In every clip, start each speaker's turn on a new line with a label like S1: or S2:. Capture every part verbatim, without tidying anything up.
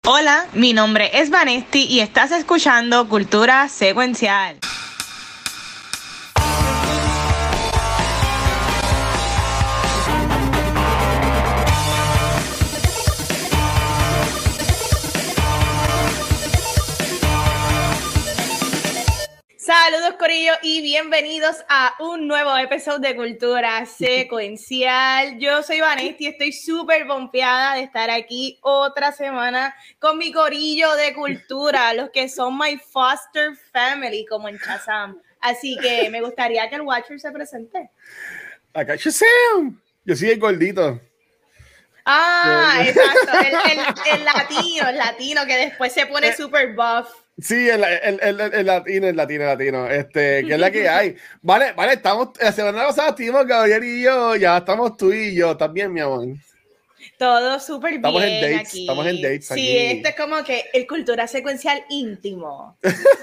S1: Hola, mi nombre es Vanesti y estás escuchando Cultura Secuencial. Saludos, corillo, y bienvenidos a un nuevo episodio de Cultura Secuencial. Yo soy Vanesti y estoy súper pompeada de estar aquí otra semana con mi corillo de cultura, los que son my foster family, como en Shazam. Así que me gustaría que el Watcher se presente.
S2: Acá Shazam. Yo soy el gordito.
S1: Ah, exacto, el, el, el latino, el latino que después se pone súper buff.
S2: Sí, el, el, el, el latino, el latino, el latino, este, que es la que hay. Vale, vale, estamos, la semana pasada estuvimos Gabriel y yo, ya estamos tú y yo también, mi amor.
S1: Todo súper bien
S2: estamos en dates,
S1: aquí.
S2: Estamos en dates
S1: sí,
S2: aquí.
S1: esto es como que el Cultura Secuencial íntimo.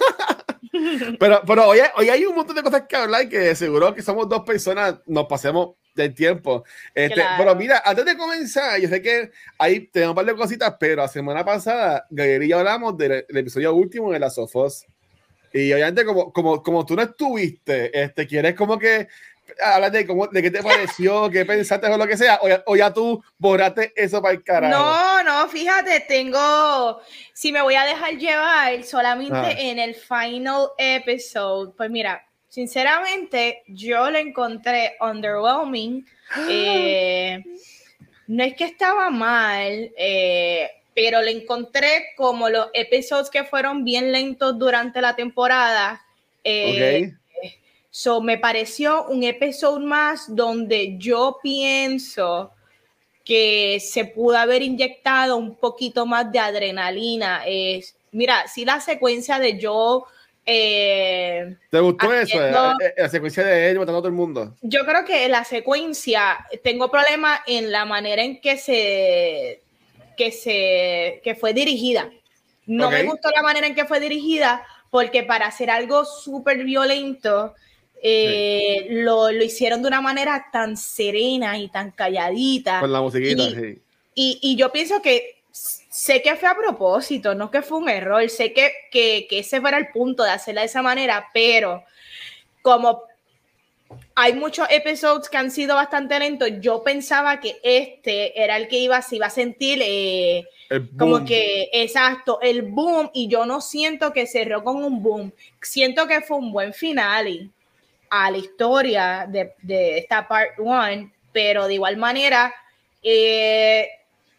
S2: pero pero hoy, hoy hay un montón de cosas que hablar y que seguro que somos dos personas, nos pasemos del tiempo. Este, claro. Pero mira, antes de comenzar, yo sé que ahí tenemos un par de cositas, pero la semana pasada, Gabriel y yo hablamos del, del episodio último de Last of Us. Y obviamente, como, como, como tú no estuviste, este, quieres como que hablar de, cómo, de qué te pareció, qué pensaste o lo que sea, o ya, o ya tú borraste eso para el carajo.
S1: No, no, fíjate, tengo, si me voy a dejar llevar solamente ah. en el final episode, pues mira, sinceramente, yo lo encontré underwhelming. Eh, no es que estaba mal, eh, pero le encontré como los episodios que fueron bien lentos durante la temporada. Eh, okay. So, me pareció un episodio más donde yo pienso que se pudo haber inyectado un poquito más de adrenalina. Eh, mira, sí, la secuencia de yo... Eh,
S2: ¿Te gustó haciendo, eso? Eh, la secuencia de él matando a todo el mundo.
S1: Yo creo que la secuencia, tengo problemas en la manera en que se, que se, que fue dirigida. No okay. me gustó la manera en que fue dirigida porque para hacer algo súper violento, eh, sí. lo, lo hicieron de una manera tan serena y tan calladita.
S2: Con la musiquita,
S1: y,
S2: sí.
S1: Y, y yo pienso que sé que fue a propósito, no que fue un error, sé que, que, que ese fuera el punto de hacerla de esa manera, pero como hay muchos episodios que han sido bastante lentos, yo pensaba que este era el que iba, se iba a sentir eh, como que, exacto, el boom, y yo no siento que cerró con un boom, siento que fue un buen final a la historia de, de esta part one, pero de igual manera eh,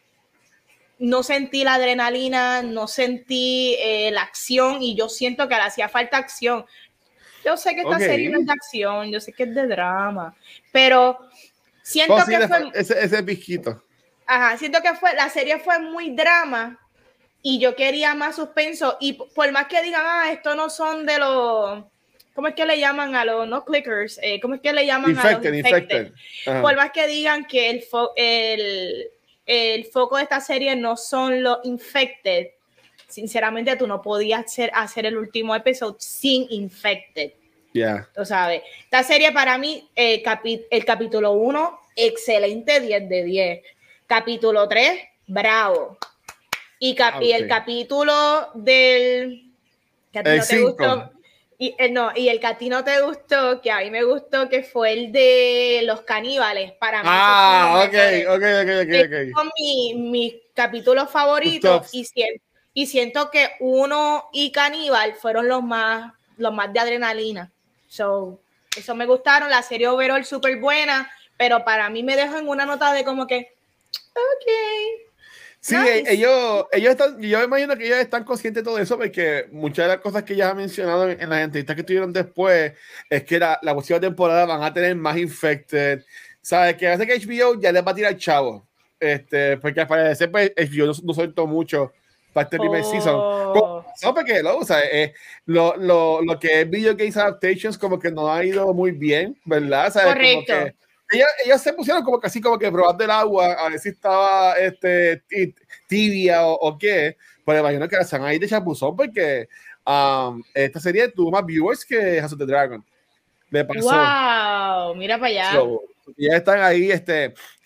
S1: no sentí la adrenalina, no sentí eh, la acción, y yo siento que le hacía falta acción. Yo sé que esta okay. serie no es de acción, yo sé que es de drama, pero siento
S2: oh, sí,
S1: que fue...
S2: Ese, ese piquito.
S1: Ajá, siento que fue, la serie fue muy drama y yo quería más suspenso, y por más que digan, ah, esto no son de los... ¿Cómo es que le llaman a los, no clickers? Eh, ¿Cómo es que le llaman
S2: infected,
S1: a los infected?
S2: infected.
S1: Por más que digan que el, fo el, el foco de esta serie no son los infected, sinceramente tú no podías hacer, hacer el último episodio sin infected.
S2: Yeah.
S1: Tú sabes. Esta serie para mí, eh, capi el capítulo uno, excelente, diez de diez. Capítulo tres, bravo. Y, cap okay. y el capítulo del... Que a ti no te gustó. Y, eh, no, y el que a ti no te gustó, que a mí me gustó, que fue el de los caníbales. Para mí.
S2: Ah, ok, ok, ok, ok. okay.
S1: Son mis mi capítulos favoritos y siento, y siento que uno y caníbal fueron los más, los más de adrenalina. So, eso me gustaron. La serie overall súper buena, pero para mí me dejó en una nota de como que, ok.
S2: Sí, nice. ellos, ellos están, yo imagino que ellos están conscientes de todo eso, porque muchas de las cosas que ellas han mencionado en, en las entrevistas que tuvieron después es que la, la próxima temporada van a tener más infected, ¿sabes? Que hace que H B O ya les va a tirar chavo, este, porque al parecer pues, H B O no, no soltó mucho para este primer oh. season. No, porque lo, o sea, eh, lo, lo, lo que es Video Games Adaptations como que no ha ido muy bien, ¿verdad? ¿Sabes?
S1: Correcto.
S2: Como que, Ellos, ellos se pusieron como casi como que probando el agua a ver si estaba este, tibia o, o qué, pero imagino que la están ahí de chapuzón porque um, esta serie tuvo más viewers que House of the Dragon. Le pasó.
S1: Wow, mira para allá.
S2: So, ya están ahí, este,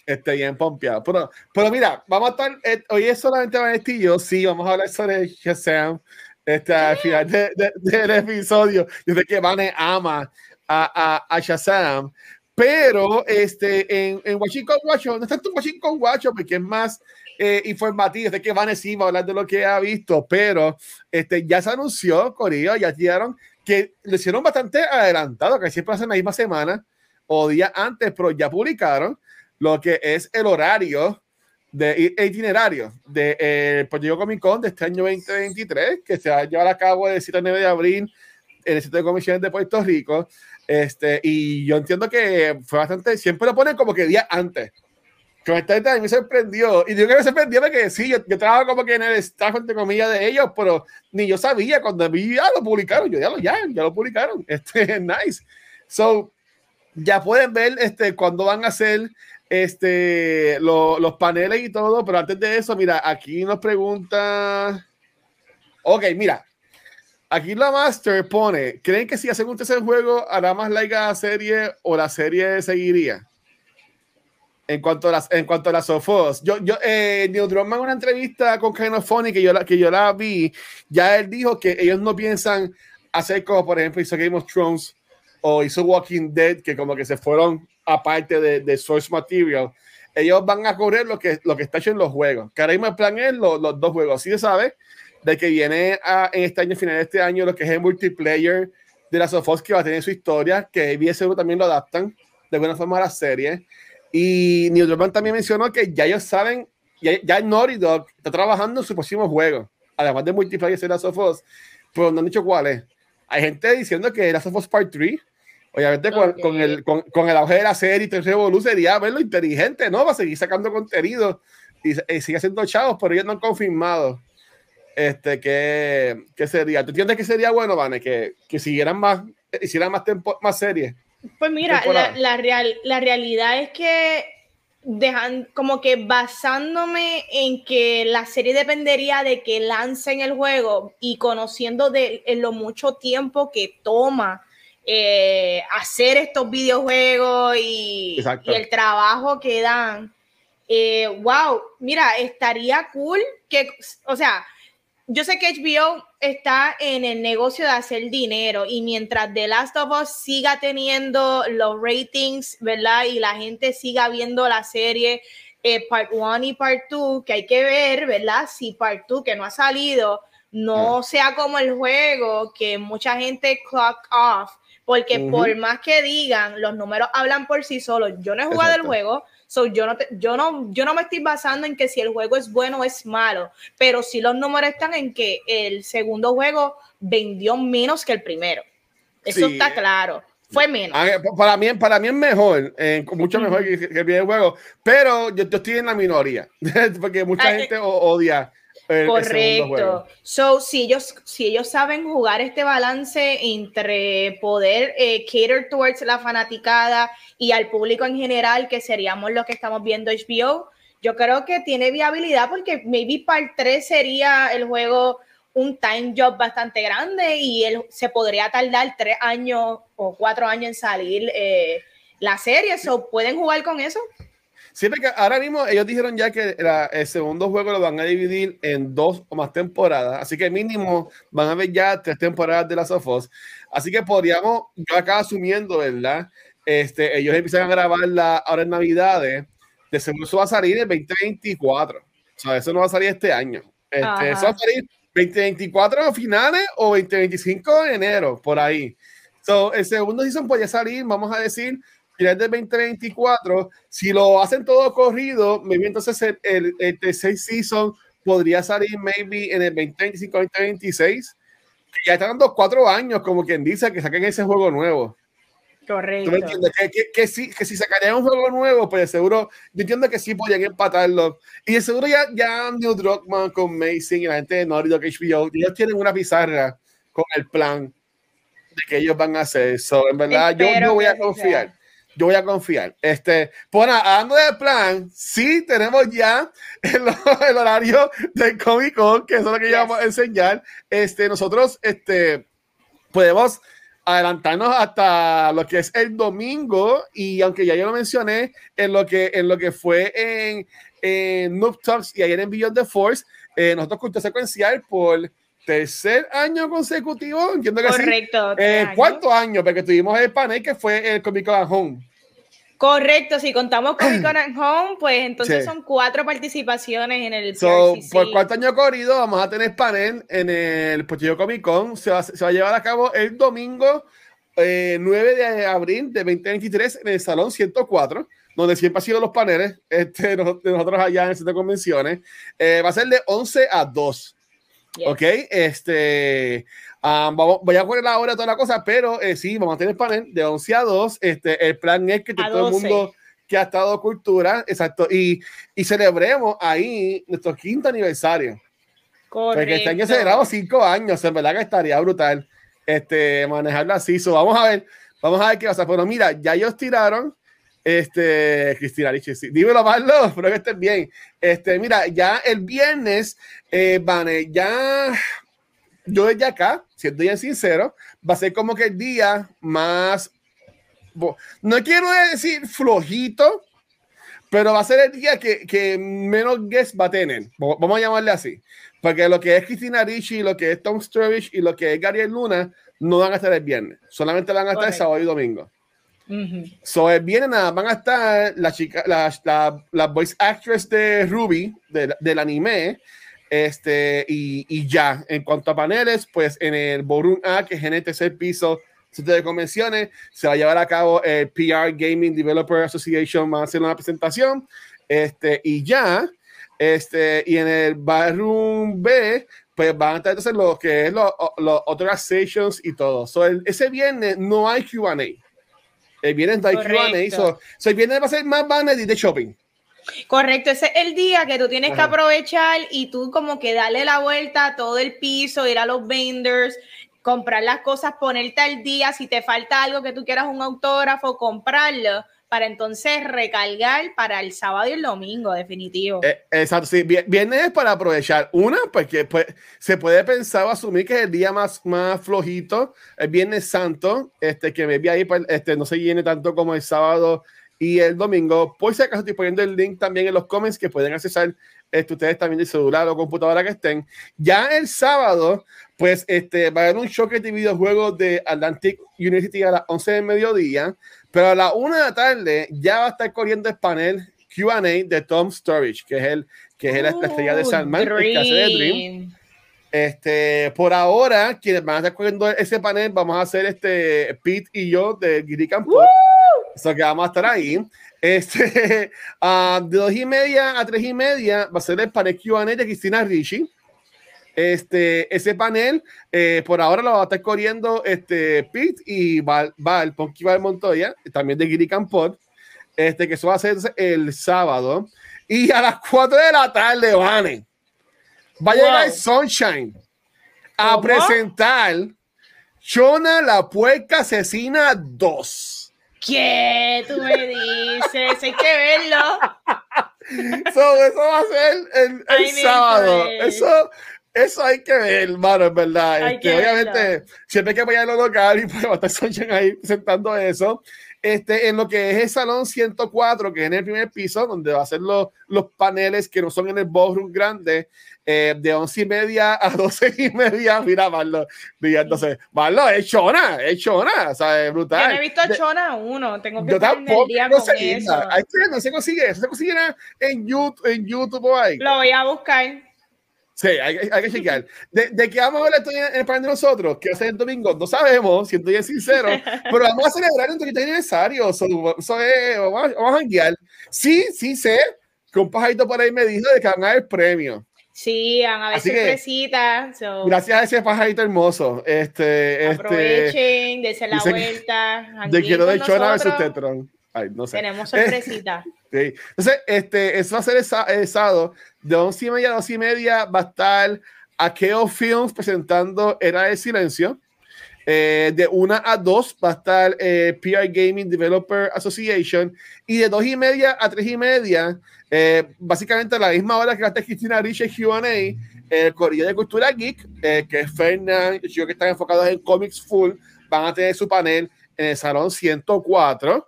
S2: Esté bien pompeado. Pero, pero mira, vamos a estar, eh, hoy es solamente Vanetti y yo, sí, vamos a hablar sobre Shazam este, al final de, de, del episodio. Yo sé que Vane ama a, a, a Shazam, pero este, en, en Washington Guacho, no es tanto Washington Guacho, porque es más eh, informativo. Sé que Vane sí va a hablar de lo que ha visto, pero este, ya se anunció, Corillo, ya tiraron que lo hicieron bastante adelantado, que siempre hacen la misma semana o día antes, pero ya publicaron lo que es el horario de el itinerario de eh, Puerto Comic Con de este año veinte veintitrés, que se va a llevar a cabo el siete al nueve de abril en el Centro de Convenciones de Puerto Rico. Este, y yo entiendo que fue bastante, siempre lo ponen como que día antes. Que esta gente a mí me sorprendió. Y digo que me sorprendió porque sí, yo, yo trabajo como que en el staff, entre comillas, de ellos, pero ni yo sabía cuando vi, ya lo publicaron. Yo ya lo, ya, ya lo publicaron. Este, nice. So, ya pueden ver este, cuándo van a hacer este, lo, los paneles y todo, pero antes de eso, mira, aquí nos pregunta. Ok, mira, aquí la Master pone: ¿creen que si hacen un tercer juego hará más like a la serie o la serie seguiría? En cuanto a las, en cuanto a las Sofos, yo, yo, eh, Neil Druckmann en una entrevista con Kind of Funny que yo, la, que yo la vi, ya él dijo que ellos no piensan hacer como, por ejemplo, hizo Game of Thrones o hizo Walking Dead, que como que se fueron aparte de, de source material. Ellos van a correr lo que, lo que está hecho en los juegos. Que ahora mismo el plan es los, los dos juegos. Así se sabe de que viene a, en este año, final de este año, lo que es el multiplayer de las Sofos, que va a tener su historia, que B S también lo adaptan de alguna forma a la serie. Y Neil Druckmann también mencionó que ya ellos saben, ya, ya Naughty Dog está trabajando en su próximo juego, además de multiplayer de Last of Us, pero no han dicho cuál es. Hay gente diciendo que Last of Us Part tres, obviamente okay. con, con, el, con, con el auge de la serie y todo el revolú, sería verlo inteligente, ¿no? Va a seguir sacando contenido y, y sigue haciendo chavos, pero ellos no han confirmado este, que, que sería. ¿Tú entiendes que sería bueno, Vane? Que, que siguieran más, hicieran más, tempo, más series.
S1: Pues mira, la, la, real, la realidad es que dejan como que basándome en que la serie dependería de que lancen el juego y conociendo de en lo mucho tiempo que toma eh, hacer estos videojuegos y, y el trabajo que dan, eh, wow, mira, estaría cool que, o sea, yo sé que H B O está en el negocio de hacer dinero y mientras The Last of Us siga teniendo los ratings, ¿verdad? Y la gente siga viendo la serie eh, Part uno y Part dos, que hay que ver, ¿verdad? Si Part dos, que no ha salido, no uh. sea como el juego, que mucha gente clock off, porque uh-huh. por más que digan, los números hablan por sí solos. Yo no he jugado Exacto. el juego, so yo, no te, yo, no, yo no me estoy basando en que si el juego es bueno o es malo, pero sí los números están en que el segundo juego vendió menos que el primero. Eso sí. está claro. Fue menos.
S2: Para mí, para mí es mejor, eh, mucho mejor uh-huh. que, que el videojuego, pero yo, yo estoy en la minoría, porque mucha Ay, gente odia. El,
S1: Correcto. El so, si ellos, si ellos saben jugar este balance entre poder eh, cater towards la fanaticada y al público en general, que seríamos los que estamos viendo H B O, yo creo que tiene viabilidad porque maybe Part tres sería el juego un time job bastante grande y él se podría tardar tres años o cuatro años en salir eh, la serie. So, ¿pueden jugar con eso?
S2: Siempre que ahora mismo ellos dijeron ya que la, el segundo juego lo van a dividir en dos o más temporadas, así que mínimo van a haber ya tres temporadas de Last of Us, así que podríamos, yo acá asumiendo, ¿verdad? Este, ellos empiezan a grabarla ahora en Navidades, de seguro eso va a salir en veinte veinticuatro, o sea, eso no va a salir este año, este, eso va a salir veinte veinticuatro a finales o veinte veinticinco de enero, por ahí. So, el segundo season podría salir, vamos a decir, final del veinte veinticuatro. Si lo hacen todo corrido, maybe entonces el, el, el tercer season podría salir maybe en el veinte veinticinco, veinte veintiséis, que ya están dando cuatro años, como quien dice, que saquen ese juego nuevo.
S1: Correcto.
S2: ¿Tú me entiendes? Que, que, que, si, que si sacarían un juego nuevo, pues seguro, yo entiendo que sí podrían empatarlo. Y de seguro ya, ya Neil Druckmann con Mason y la gente de Naughty Dog H B O, ellos tienen una pizarra con el plan de que ellos van a hacer. So, en verdad, yo, yo voy a confiar. Sea. Yo voy a confiar. Este, pues hablando del plan, sí tenemos ya el, el horario del Comic Con, que eso es lo que yes. vamos a enseñar. Este, nosotros este, podemos adelantarnos hasta lo que es el domingo, y aunque ya yo lo mencioné en lo que, en lo que fue en, en Noob Talks y ayer en Beyond the Force, eh, nosotros cultura secuencial por tercer año consecutivo, entiendo que
S1: correcto,
S2: sí. Eh, cuarto año, porque tuvimos el panel que fue el Comic Con at Home.
S1: Correcto, si contamos Comic Con at Home, pues entonces sí. Son cuatro participaciones en el
S2: so, por cuarto año corrido vamos a tener panel en el Puerto Comic Con. Se va, se va a llevar a cabo el domingo eh, nueve de abril de veinte veintitrés en el Salón ciento cuatro, donde siempre han sido los paneles este, de nosotros allá en el centro de convenciones. Eh, va a ser de once a dos. Yes. Ok, este um, vamos, voy a poner la hora toda la cosa, pero eh, sí, vamos a tener panel de once a dos. Este, el plan es que todo el mundo que ha estado cultura, exacto, y, y celebremos ahí nuestro quinto aniversario.
S1: Correcto.
S2: Porque este año celebramos cinco años, en verdad que estaría brutal este, manejarlo así. So, vamos a ver, vamos a ver qué pasa. Pero mira, ya ellos tiraron. Este, Cristina Ricci, sí. Dímelo, Marlo, espero que estés bien. Este, mira, ya el viernes, eh, Vane, ya yo desde acá, siendo bien sincero, va a ser como que el día más, no quiero decir flojito, pero va a ser el día que, que menos guests va a tener. Vamos a llamarle así. Porque lo que es Cristina Ricci, lo que es Tom Sturridge y lo que es Gabriel Luna no van a estar el viernes, solamente van a estar el sábado y domingo. Uh-huh. So, el viernes nada, van a estar la chica, la, la, la voice actress de Ruby, de, del anime, este, y, y ya. En cuanto a paneles, pues en el Ballroom A, que es en el tercer piso de convenciones, se va a llevar a cabo el P R Gaming Developer Association, van a hacer una presentación, este, y ya, este, y en el Ballroom B, pues van a estar entonces lo que es los lo, otras sessions y todo. So, el, ese viernes no hay Q and A. El viernes no hay Q and A. So, so el viernes va a ser más banner de shopping.
S1: Correcto, ese es el día que tú tienes Ajá. que aprovechar y tú como que darle la vuelta a todo el piso, ir a los vendors, comprar las cosas, ponerte al día. Si te falta algo que tú quieras, un autógrafo, comprarlo, para entonces recargar para el sábado y el domingo, definitivo.
S2: Eh, exacto, sí. Viernes es para aprovechar. Una, porque pues, se puede pensar o asumir que es el día más, más flojito, el Viernes Santo, este, que me vi ahí, pues, este, no se llene tanto como el sábado y el domingo. Por si acaso estoy poniendo el link también en los comments que pueden accesar este, ustedes también de celular o computadora que estén. Ya el sábado, pues este, va a haber un showcase de videojuegos de Atlantic University a las once del mediodía. Pero a la una de la tarde ya va a estar corriendo el panel Q and A de Tom Sturridge, que es el que es el, la estrella de Sandman, el que hace de Dream. Este, por ahora, quienes van a estar corriendo ese panel, vamos a hacer este Pete y yo de Geek and Pop. Eso que vamos a estar ahí. Este, uh, de dos y media a tres y media va a ser el panel Q and A de Cristina Ricci. Este, ese panel, eh, por ahora lo va a estar corriendo este, Pete y Val, Val Ponky Val Montoya, también de Geek and Pod, este, que eso va a ser el sábado. Y a las cuatro de la tarde, Vane, va a wow. llegar Sunshine a ¿Cómo? presentar Chona la Puerca Asesina dos.
S1: ¿Qué? Tú me dices, hay que verlo.
S2: So, eso va a ser el, el sábado. Eso. Eso hay que ver, hermano, es verdad. Este, obviamente, verlo. Siempre hay que apoyar lo local y pues va a estar Sunshine ahí presentando eso. Este, en lo que es el Salón ciento cuatro, que es en el primer piso, donde va a ser los, los paneles que no son en el ballroom grande, eh, de once y media a doce y media. Mira, Marlo, entonces, Marlo, es Chona, es Chona, o sea, es brutal.
S1: Yo no he visto a Chona uno, tengo que
S2: yo tampoco,
S1: el día
S2: no
S1: con
S2: sé,
S1: eso.
S2: Hay que, no se consigue, eso se consigue en YouTube, en YouTube o ahí.
S1: Lo voy a buscar.
S2: Sí, hay, hay que chequear. ¿De, ¿De qué vamos a hablar en el panel de nosotros? Que va a ser el domingo. No sabemos, siendo bien sincero, pero vamos a celebrar nuestro quinto aniversario. Eso, eso es, vamos, a, vamos a guiar. Sí, sí sé que un pajarito por ahí me dijo de que van a haber premios.
S1: Sí, van a haber sorpresitas. So.
S2: Gracias a ese pajarito hermoso. Este,
S1: Aprovechen,
S2: este,
S1: dense la vuelta.
S2: De quiero de Chona versus Tetron. Ay, no sé.
S1: Tenemos sorpresitas.
S2: Sí. Entonces, este, eso va a ser el, el sábado de once y media a dos y media. Va a estar Akeo Films presentando Era del Silencio. Eh, de una a dos va a estar eh, P R Gaming Developer Association. Y de dos y media a tres y media, eh, básicamente a la misma hora que va a estar Cristina Ricci Q and A, el Corillo de Cultura Geek, eh, que es Fernand, yo que están enfocados en Comics Full, van a tener su panel en el Salón ciento cuatro.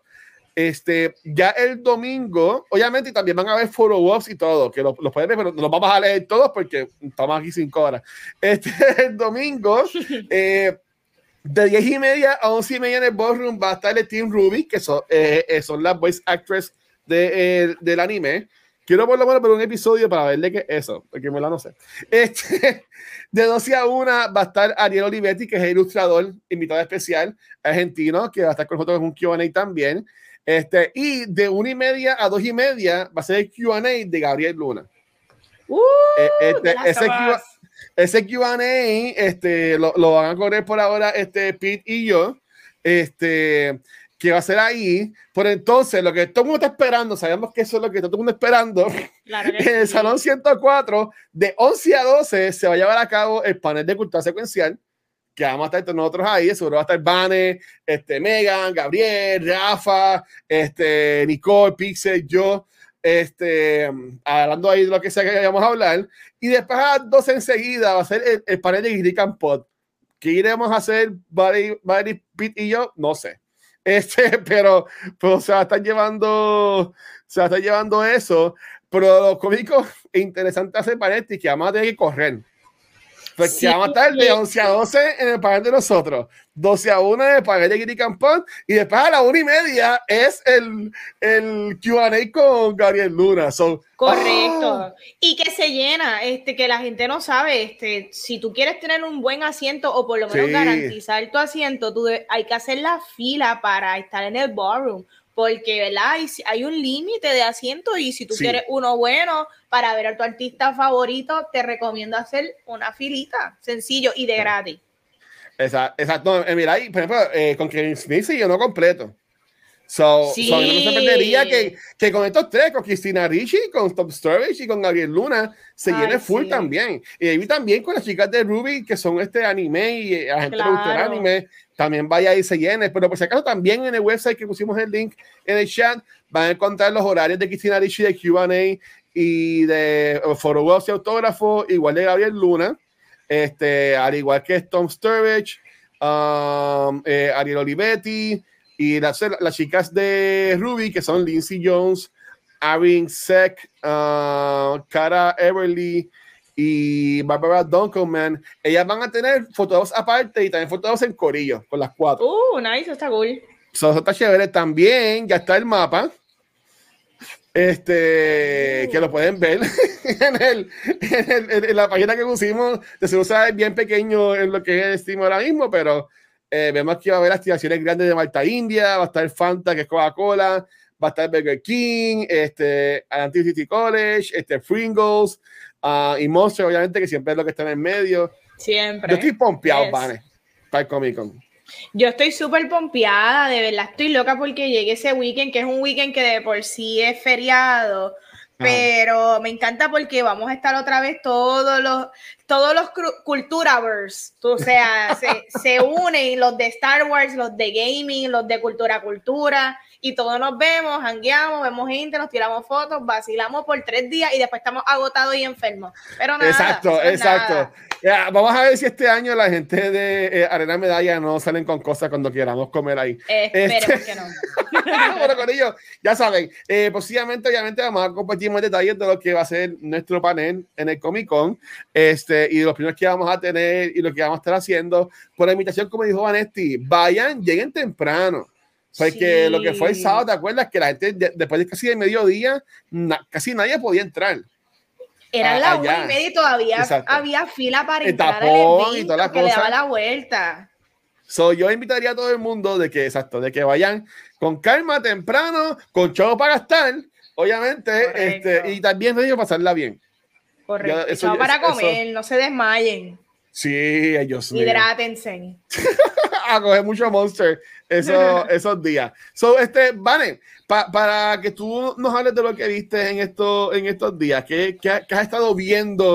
S2: Este, ya el domingo, obviamente, también van a haber follow-ups y todo, que los, los pueden ver, pero no los vamos a leer todos porque estamos aquí cinco horas. Este, el domingo, eh, de diez y media a once y media en el ballroom va a estar el Team Ruby, que son, eh, eh, son las voice actress de, eh, del anime. Quiero por lo menos ver un episodio para verle qué es eso, porque me la no sé. Este, de doce a una va a estar Ariel Olivetti, que es el ilustrador, invitado especial, argentino, que va a estar con nosotros en un Q and A también. Este, y de una y media a dos y media va a ser el Q and A de Gabriel Luna.
S1: Uh,
S2: este, ese, Q, ese Q and A este, lo, lo van a correr por ahora este, Pete y yo. Este, que va a ser ahí. Por entonces, lo que todo el mundo está esperando, sabemos que eso es lo que está todo el mundo esperando. Claro que en el sí. Salón ciento cuatro, de once a doce, se va a llevar a cabo el panel de cultura secuencial, que vamos a estar nosotros ahí. Seguro va a estar Vane, este, Megan, Gabriel, Rafa, este, Nicole, Pixel, yo, este, hablando ahí de lo que sea que vayamos a hablar. Y después a las doce enseguida va a ser el, el panel de Geek and Pod. ¿Qué iremos a hacer, Buddy, Buddy, Pete y yo? No sé. Este, pero, pero se va a estar llevando, se va a estar llevando eso. Pero lo cómico e interesante hacer panel y que vamos a tener que correr. Porque sí, vamos a estar de once a doce en el panel de nosotros, doce a una en el panel de Geek and Pod, y después a la una y media es el, el Q and A con Gabriel Luna. So,
S1: correcto. ¡Oh! Y que se llena, este, que la gente no sabe, este, si tú quieres tener un buen asiento o por lo menos sí. garantizar tu asiento, tú de, hay que hacer la fila para estar en el ballroom. Porque, ¿verdad? Hay, hay un límite de asientos y si tú sí. quieres uno bueno para ver a tu artista favorito, te recomiendo hacer una filita, sencillo y de gratis.
S2: Exacto. exacto. Eh, mira, ahí, por ejemplo, eh, con Kevin Smith se llenó completo. So, sí. so, no me sorprendería que, que con estos tres, con Christina Ricci, con Tom Sturridge y con Gabriel Luna, se Ay, llene full sí. también. Y ahí también con las chicas de Ruby, que son este anime y a gente claro. le gusta el anime, también vaya y se llene. Pero por si acaso también en el website que pusimos el link en el chat, van a encontrar los horarios de Christina Ricci de Q and A y de follow-ups y autógrafos, igual de Gabriel Luna, este, al igual que Tom Sturridge, um, eh, Ariel Olivetti, y las, las chicas de Ruby, que son Lindsay Jones, Arin Seck, uh, Cara Everly y Barbara Dunkelman. Ellas van a tener fotos aparte y también fotos en corillo con las cuatro.
S1: Uh, nice, está cool.
S2: So, eso está chévere. También ya está el mapa. Este, uh. que lo pueden ver en, el, en, el, en la página que pusimos. Se usa bien pequeño en lo que es el Steam ahora mismo, pero Eh, vemos que va a haber activaciones grandes de Malta India, va a estar Fanta, que es Coca-Cola, va a estar Burger King, este, Atlantic City College, este, Pringles, uh, y Monster, obviamente, que siempre es lo que está en el medio.
S1: Siempre.
S2: Yo estoy pompeado, yes. Vane, para el Comic Con.
S1: Yo estoy súper pompeada, de verdad estoy loca porque llegue ese weekend, que es un weekend que de por sí es feriado. Pero me encanta porque vamos a estar otra vez todos los todos los culturavers, o sea, se, se unen los de Star Wars, los de gaming, los de cultura cultura y todos nos vemos, jangueamos, vemos gente, nos tiramos fotos, vacilamos por tres días y después estamos agotados y enfermos. Pero nada.
S2: Exacto, exacto. Nada. Yeah, vamos a ver si este año la gente de eh, Arena Medalla no salen con cosas cuando queramos comer ahí.
S1: Eh, esperemos este... que no.
S2: Bueno, con ellos, ya saben, eh, posiblemente, obviamente, vamos a compartir más detalles de lo que va a ser nuestro panel en el Comic Con, este, y los primeros que vamos a tener y lo que vamos a estar haciendo. Por la invitación, como dijo Vanetti, vayan, lleguen temprano. Porque sí. lo que fue el sábado, ¿te acuerdas? Que la gente, de, después de casi de mediodía, na, casi nadie podía entrar.
S1: Era la una y media y todavía Exacto. había fila para entrar al evento, y todas las que cosas. Le daba la vuelta.
S2: So, yo invitaría a todo el mundo de que, exacto, de que vayan con calma, temprano, con chavo para gastar, obviamente, este, y también de pasarla bien.
S1: Correcto. Ya, eso, chavo para eso, comer, eso. No se desmayen.
S2: Sí, ellos
S1: hidrátense.
S2: A coger mucho Monster eso, esos días. So, este, Vane, pa, para que tú nos hables de lo que viste en, esto, en estos días, ¿qué, qué, qué has estado viendo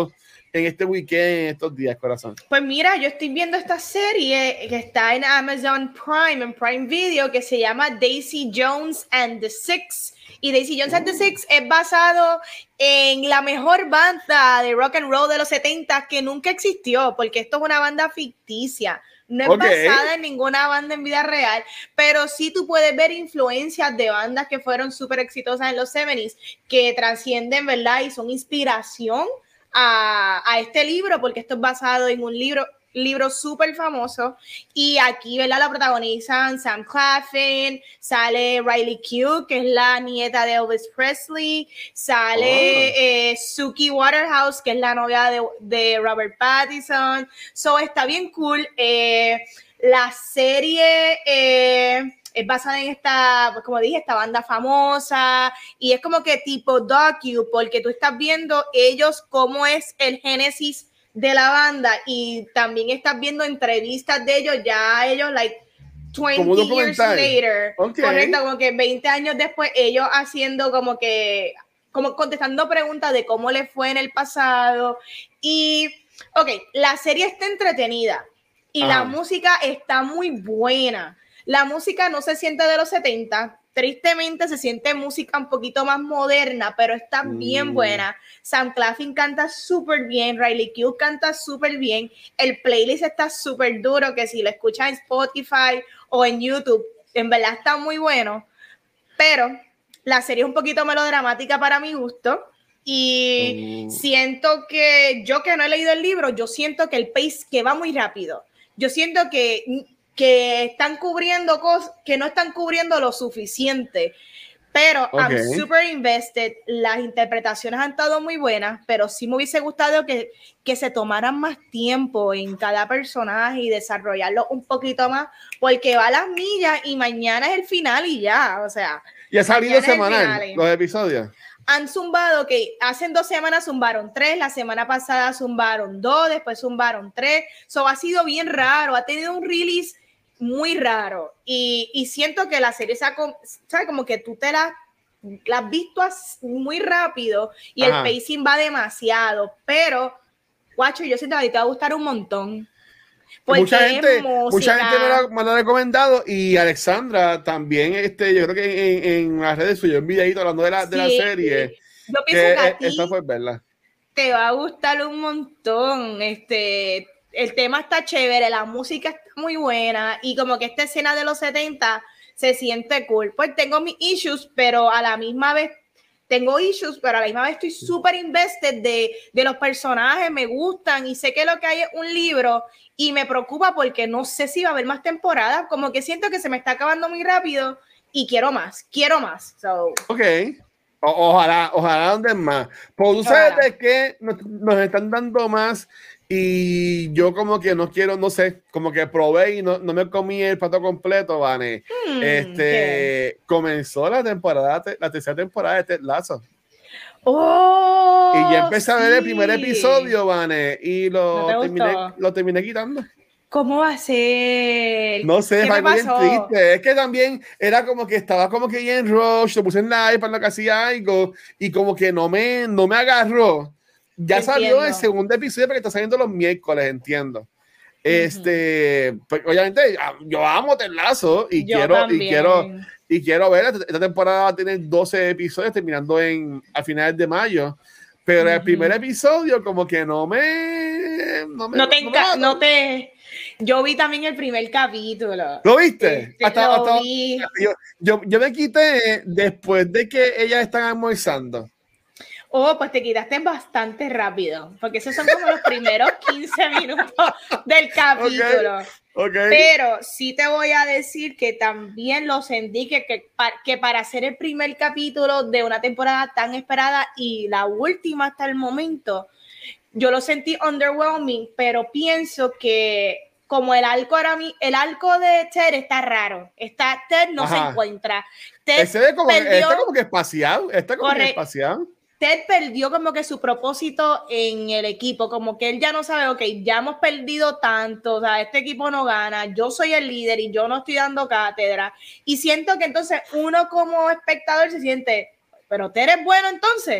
S2: en este weekend, en estos días, corazón?
S1: Pues mira, yo estoy viendo esta serie que está en Amazon Prime, en Prime Video, que se llama Daisy Jones and the Six. Y Daisy Jones and the Six es basado en la mejor banda de rock and roll de los setenta que nunca existió, porque esto es una banda ficticia. No es okay. basada en ninguna banda en vida real, pero sí tú puedes ver influencias de bandas que fueron súper exitosas en los setenta que trascienden, ¿verdad? Y son inspiración a, a este libro, porque esto es basado en un libro libro súper famoso, y aquí, ¿verdad? La protagonizan Sam Claflin, sale Riley Keough, que es la nieta de Elvis Presley, sale oh. eh, Suki Waterhouse, que es la novia de, de Robert Pattinson. So, está bien cool. Eh, la serie eh, es basada en esta, pues como dije, esta banda famosa, y es como que tipo docu, porque tú estás viendo ellos cómo es el génesis de la banda, y también estás viendo entrevistas de ellos, ya ellos, like, veinte years later, okay. correcto, como que veinte años después, ellos haciendo como que, como contestando preguntas de cómo les fue en el pasado, y, ok, la serie está entretenida, y ah. la música está muy buena. La música no se siente de los setenta, tristemente se siente música un poquito más moderna, pero está mm. bien buena. Sam Claflin canta súper bien, Riley Keough canta súper bien, el playlist está súper duro, que si lo escuchas en Spotify o en YouTube, en verdad está muy bueno, pero la serie es un poquito melodramática para mi gusto, y mm. siento que, yo que no he leído el libro, yo siento que el pace que va muy rápido, yo siento que... que están cubriendo cosas, que no están cubriendo lo suficiente, pero okay. I'm super invested, las interpretaciones han estado muy buenas, pero sí me hubiese gustado que, que se tomaran más tiempo en cada personaje y desarrollarlo un poquito más, porque va a las millas y mañana es el final y ya, o sea.
S2: ¿Y ha salido semanal los episodios?
S1: Han zumbado, que hace dos semanas zumbaron tres, la semana pasada zumbaron dos, después zumbaron tres, so ha sido bien raro, ha tenido un release muy raro, y, y siento que la serie, ¿sabes? Como que tú te la, la has visto muy rápido y Ajá. el pacing va demasiado, pero, guacho, yo siento que a ti te va a gustar un montón.
S2: Mucha gente, mucha gente me lo, me lo ha recomendado, y Alexandra también, este, yo creo que en, en las redes suyas un videito hablando de la, sí, de la serie.
S1: Yo pienso que, que a ti
S2: esa fue verla.
S1: Te va a gustar un montón, este... El tema está chévere, la música está muy buena, y como que esta escena de los setenta se siente cool. Pues tengo mis issues, pero a la misma vez tengo issues, pero a la misma vez estoy súper invested de, de los personajes, me gustan, y sé que lo que hay es un libro, y me preocupa porque no sé si va a haber más temporadas, como que siento que se me está acabando muy rápido y quiero más, quiero más. So.
S2: Ok. O, ojalá, ojalá donde más. Pues tú sabes que nos, nos están dando más. Y yo como que no quiero, no sé, como que probé y no, no me comí el plato completo, Vane. Hmm, este, ¿qué? Comenzó la temporada, la tercera temporada de Ted Lasso.
S1: Oh,
S2: y ya empecé sí. a ver el primer episodio, Vane, y lo, ¿No terminé, lo terminé quitando.
S1: ¿Cómo va a ser?
S2: No sé, es algo bien triste. Es que también era como que estaba como que bien rush, lo puse en live para lo que hacía algo, y como que no me, no me agarró. Ya entiendo. Salió el segundo episodio porque está saliendo los miércoles, entiendo. Uh-huh. Este, pues, obviamente, yo amo Ted Lasso y yo quiero, también. y quiero, y quiero ver. Esta temporada va a tener doce episodios terminando en a finales de mayo. Pero uh-huh. el primer episodio, como que no me. No, me,
S1: no, te, no, me no te. Yo vi también el primer capítulo.
S2: ¿Lo viste?
S1: Este,
S2: hasta,
S1: lo
S2: hasta,
S1: vi.
S2: Yo, yo, yo me quité después de que ellas están almorzando.
S1: Oh, pues te quitaste bastante rápido, porque esos son como los primeros quince minutos del capítulo.
S2: Okay, okay.
S1: Pero sí te voy a decir que también lo sentí que, que, que para hacer el primer capítulo de una temporada tan esperada y la última hasta el momento, yo lo sentí underwhelming, pero pienso que como el arco era mi, el arco de Ted está raro, está, Ted no Ajá. se encuentra. Ted
S2: Ese es como, perdió, está como que espaciado, está como que espaciado.
S1: Ted perdió como que su propósito en el equipo, como que él ya no sabe, ok, ya hemos perdido tanto, o sea, este equipo no gana, yo soy el líder y yo no estoy dando cátedra, y siento que entonces uno como espectador se siente, pero Ted es bueno entonces,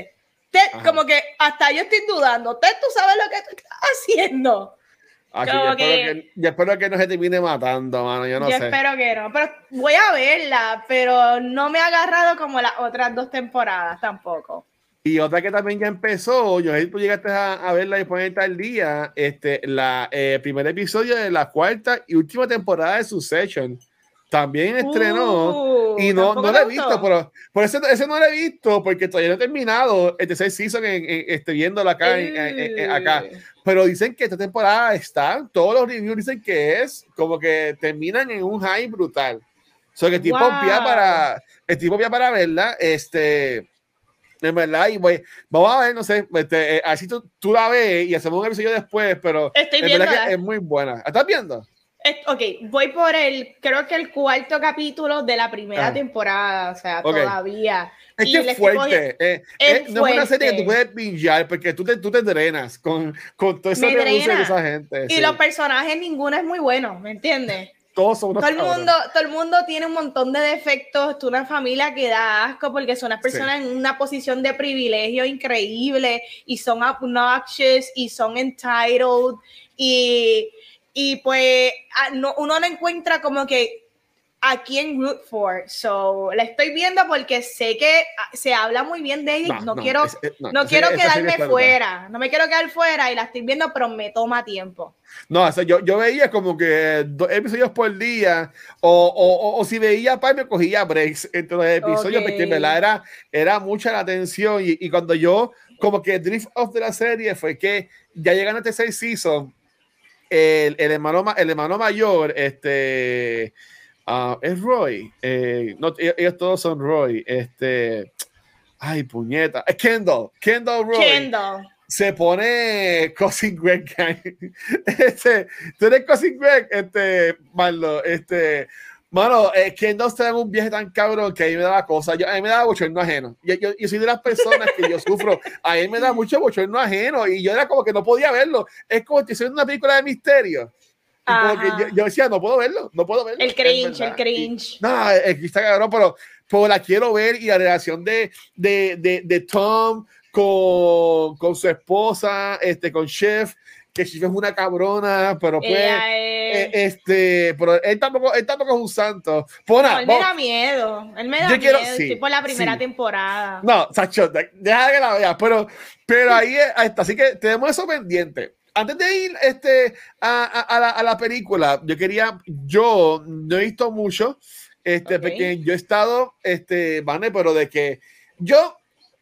S1: Ted, como que hasta yo estoy dudando. Ted, ¿tú sabes lo que tú estás haciendo?
S2: Aquí, yo,
S1: que,
S2: espero que, yo espero que no se termine matando, mano. Yo no
S1: yo
S2: sé.
S1: espero que no. Pero voy a verla, pero no me ha agarrado como las otras dos temporadas tampoco.
S2: Y otra que también ya empezó, yo sé que tú llegaste a, a verla y ponerte al día, este, la eh, primer episodio de la cuarta y última temporada de Succession. También estrenó
S1: uh,
S2: y no, no lo he visto, pero por eso ese no lo he visto porque todavía no he terminado el tercer season en, en, este, viéndolo acá, uh. en, en, en, acá. Pero dicen que esta temporada está, todos los reviews dicen que es como que terminan en un high brutal. O sea, que el tipo wow. para, el tipo para verla, este, en verdad, y voy, vamos a ver, no sé, este, así tú, tú la ves y hacemos un episodio después, pero
S1: Estoy
S2: en verdad que es muy buena. ¿Estás viendo?
S1: Ok, voy por el, creo que el cuarto capítulo de la primera ah. temporada, o sea, okay. todavía.
S2: Es
S1: y
S2: que es fuerte. Eh,
S1: es
S2: eh, no
S1: fuerte.
S2: es una serie que tú puedes bingear porque tú te, tú te drenas con, con todo eso que de esa gente.
S1: Y
S2: sí.
S1: los personajes, ninguno es muy bueno, ¿me entiendes?
S2: Todos son unos
S1: todo el mundo Todo el mundo tiene un montón de defectos. Es una familia que da asco porque son unas personas sí. en una posición de privilegio increíble y son obnoxious y son entitled y... Y pues no, uno no encuentra como que a quién root for. So, la estoy viendo porque sé que se habla muy bien de ella y no, no, no quiero, es, es, no, no quiero serie, quedarme fuera. No me quiero quedar fuera y la estoy viendo, pero me toma tiempo.
S2: No, o sea, yo, yo veía como que dos episodios por día o, o, o, o si veía par me cogía breaks entre los episodios okay. porque en verdad era, era mucha la atención y, y cuando yo como que drift off de la serie fue que ya llegan a tercer season. El, el, hermano, el hermano mayor, este, uh, es Roy. Eh, no, ellos todos son Roy. Este, ay, puñeta. Es Kendall. Kendall Roy.
S1: Kendall.
S2: Se pone Cousin Greg. este, tú eres Cousin Greg, este, Marlo. Este, mano, eh, Kendall está en un viaje tan cabrón que a mí me daba cosas. Yo, a mí me daba bochorno ajeno. Yo, yo, yo soy de las personas que yo sufro. A mí me da mucho bochorno ajeno y yo era como que no podía verlo. Es como que soy una película de misterio. Y como que yo, yo decía, no puedo verlo, no puedo verlo.
S1: El cringe, el cringe.
S2: Y, no, es que está cabrón, pero, pero la quiero ver y la relación de, de, de, de Tom con, con su esposa, este, con Chef, que Chef es una cabrona, pero pues,
S1: es...
S2: eh, este, pero él tampoco, él tampoco es un santo. Pues,
S1: no, él me da miedo, él me da
S2: yo
S1: miedo,
S2: quiero, sí,
S1: estoy por la primera
S2: sí.
S1: temporada.
S2: No, Sacho, deja que la veas, pero, pero ahí está, así que tenemos eso pendiente. Antes de ir este, a, a, a, la, a la película, yo quería, yo no he visto mucho, este, okay. porque yo he estado, este, vale, pero de que yo,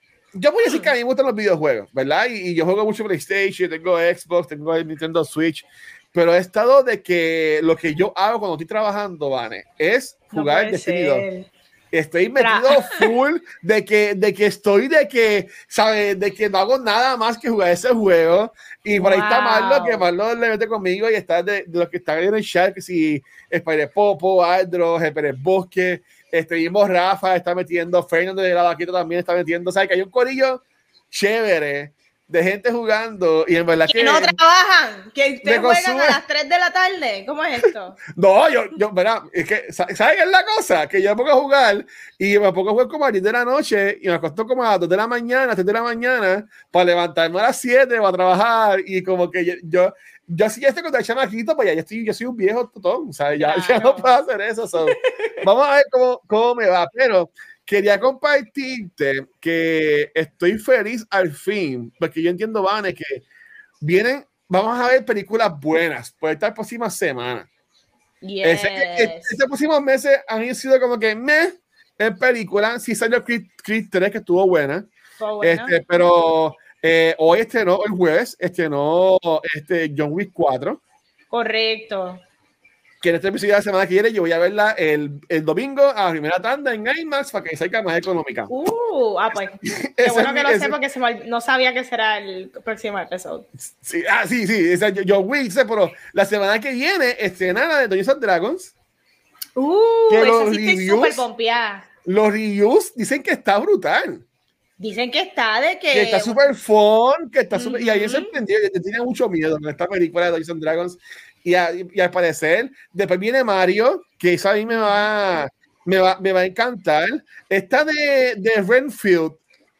S2: yo voy a decir que a mí me gustan los videojuegos, ¿verdad? Y, y yo juego mucho PlayStation, tengo Xbox, tengo el Nintendo Switch, pero he estado de que lo que yo hago cuando estoy trabajando, Vane, es jugar no Destiny dos. Estoy metido full de que, de que estoy de que, ¿sabes? De que no hago nada más que jugar ese juego. Y por wow. ahí está Marlo, que Marlo le mete conmigo y está de, de los que están en el chat, que si Spider Popo, Aldro, Pérez Bosque, este mismo Rafa está metiendo, Fernando de la Vaquita también está metiendo, ¿sabes? Que hay un corillo chévere de gente jugando y en verdad
S1: que,
S2: que
S1: no trabajan, que ustedes juegan a las tres de la tarde. ¿Cómo es esto?
S2: No, yo, yo, verá, es que, ¿sabes qué es la cosa? Que yo me pongo a jugar y me pongo a jugar como a las diez de la noche y me acuesto como a las dos de la mañana, tres de la mañana para levantarme a las siete para trabajar y como que yo, yo, yo así ya estoy con el chamaquito, pues ya yo, estoy, yo soy un viejo tutón, ¿sabes? Ya, claro. ya no puedo hacer eso. So. Vamos a ver cómo, cómo me va, pero quería compartirte que estoy feliz al fin, porque yo entiendo, Vane, que vienen, vamos a ver películas buenas por esta próxima semana.
S1: Yes.
S2: Este, estos próximos meses han sido como que meh en película. Sí salió Creed, Creed tres, que estuvo buena.
S1: buena.
S2: Este, pero eh, hoy estrenó, el jueves, estrenó este, John Wick cuatro.
S1: Correcto.
S2: Que en este episodio de la semana que viene yo voy a verla el, el domingo a la primera tanda en IMAX para que salga más económica.
S1: Uh, ah, pues. Qué bueno que lo sé porque se me, no sabía que será el próximo episodio.
S2: Sí, ah, sí, sí. Esa, yo, yo Wick, pero la semana que viene estrena la de Dungeons and Dragons.
S1: Uh, que esa sí estoy súper pompeada.
S2: Los reviews dicen que está brutal.
S1: Dicen que está de que...
S2: Que está súper fun, que está súper... Uh-huh. Y ahí se entendió, yo tenía mucho miedo con esta película de Dungeons and Dragons. Y, a, y al parecer, después viene Mario, que esa a mí me va, me va, me va a encantar. Esta de, de Renfield,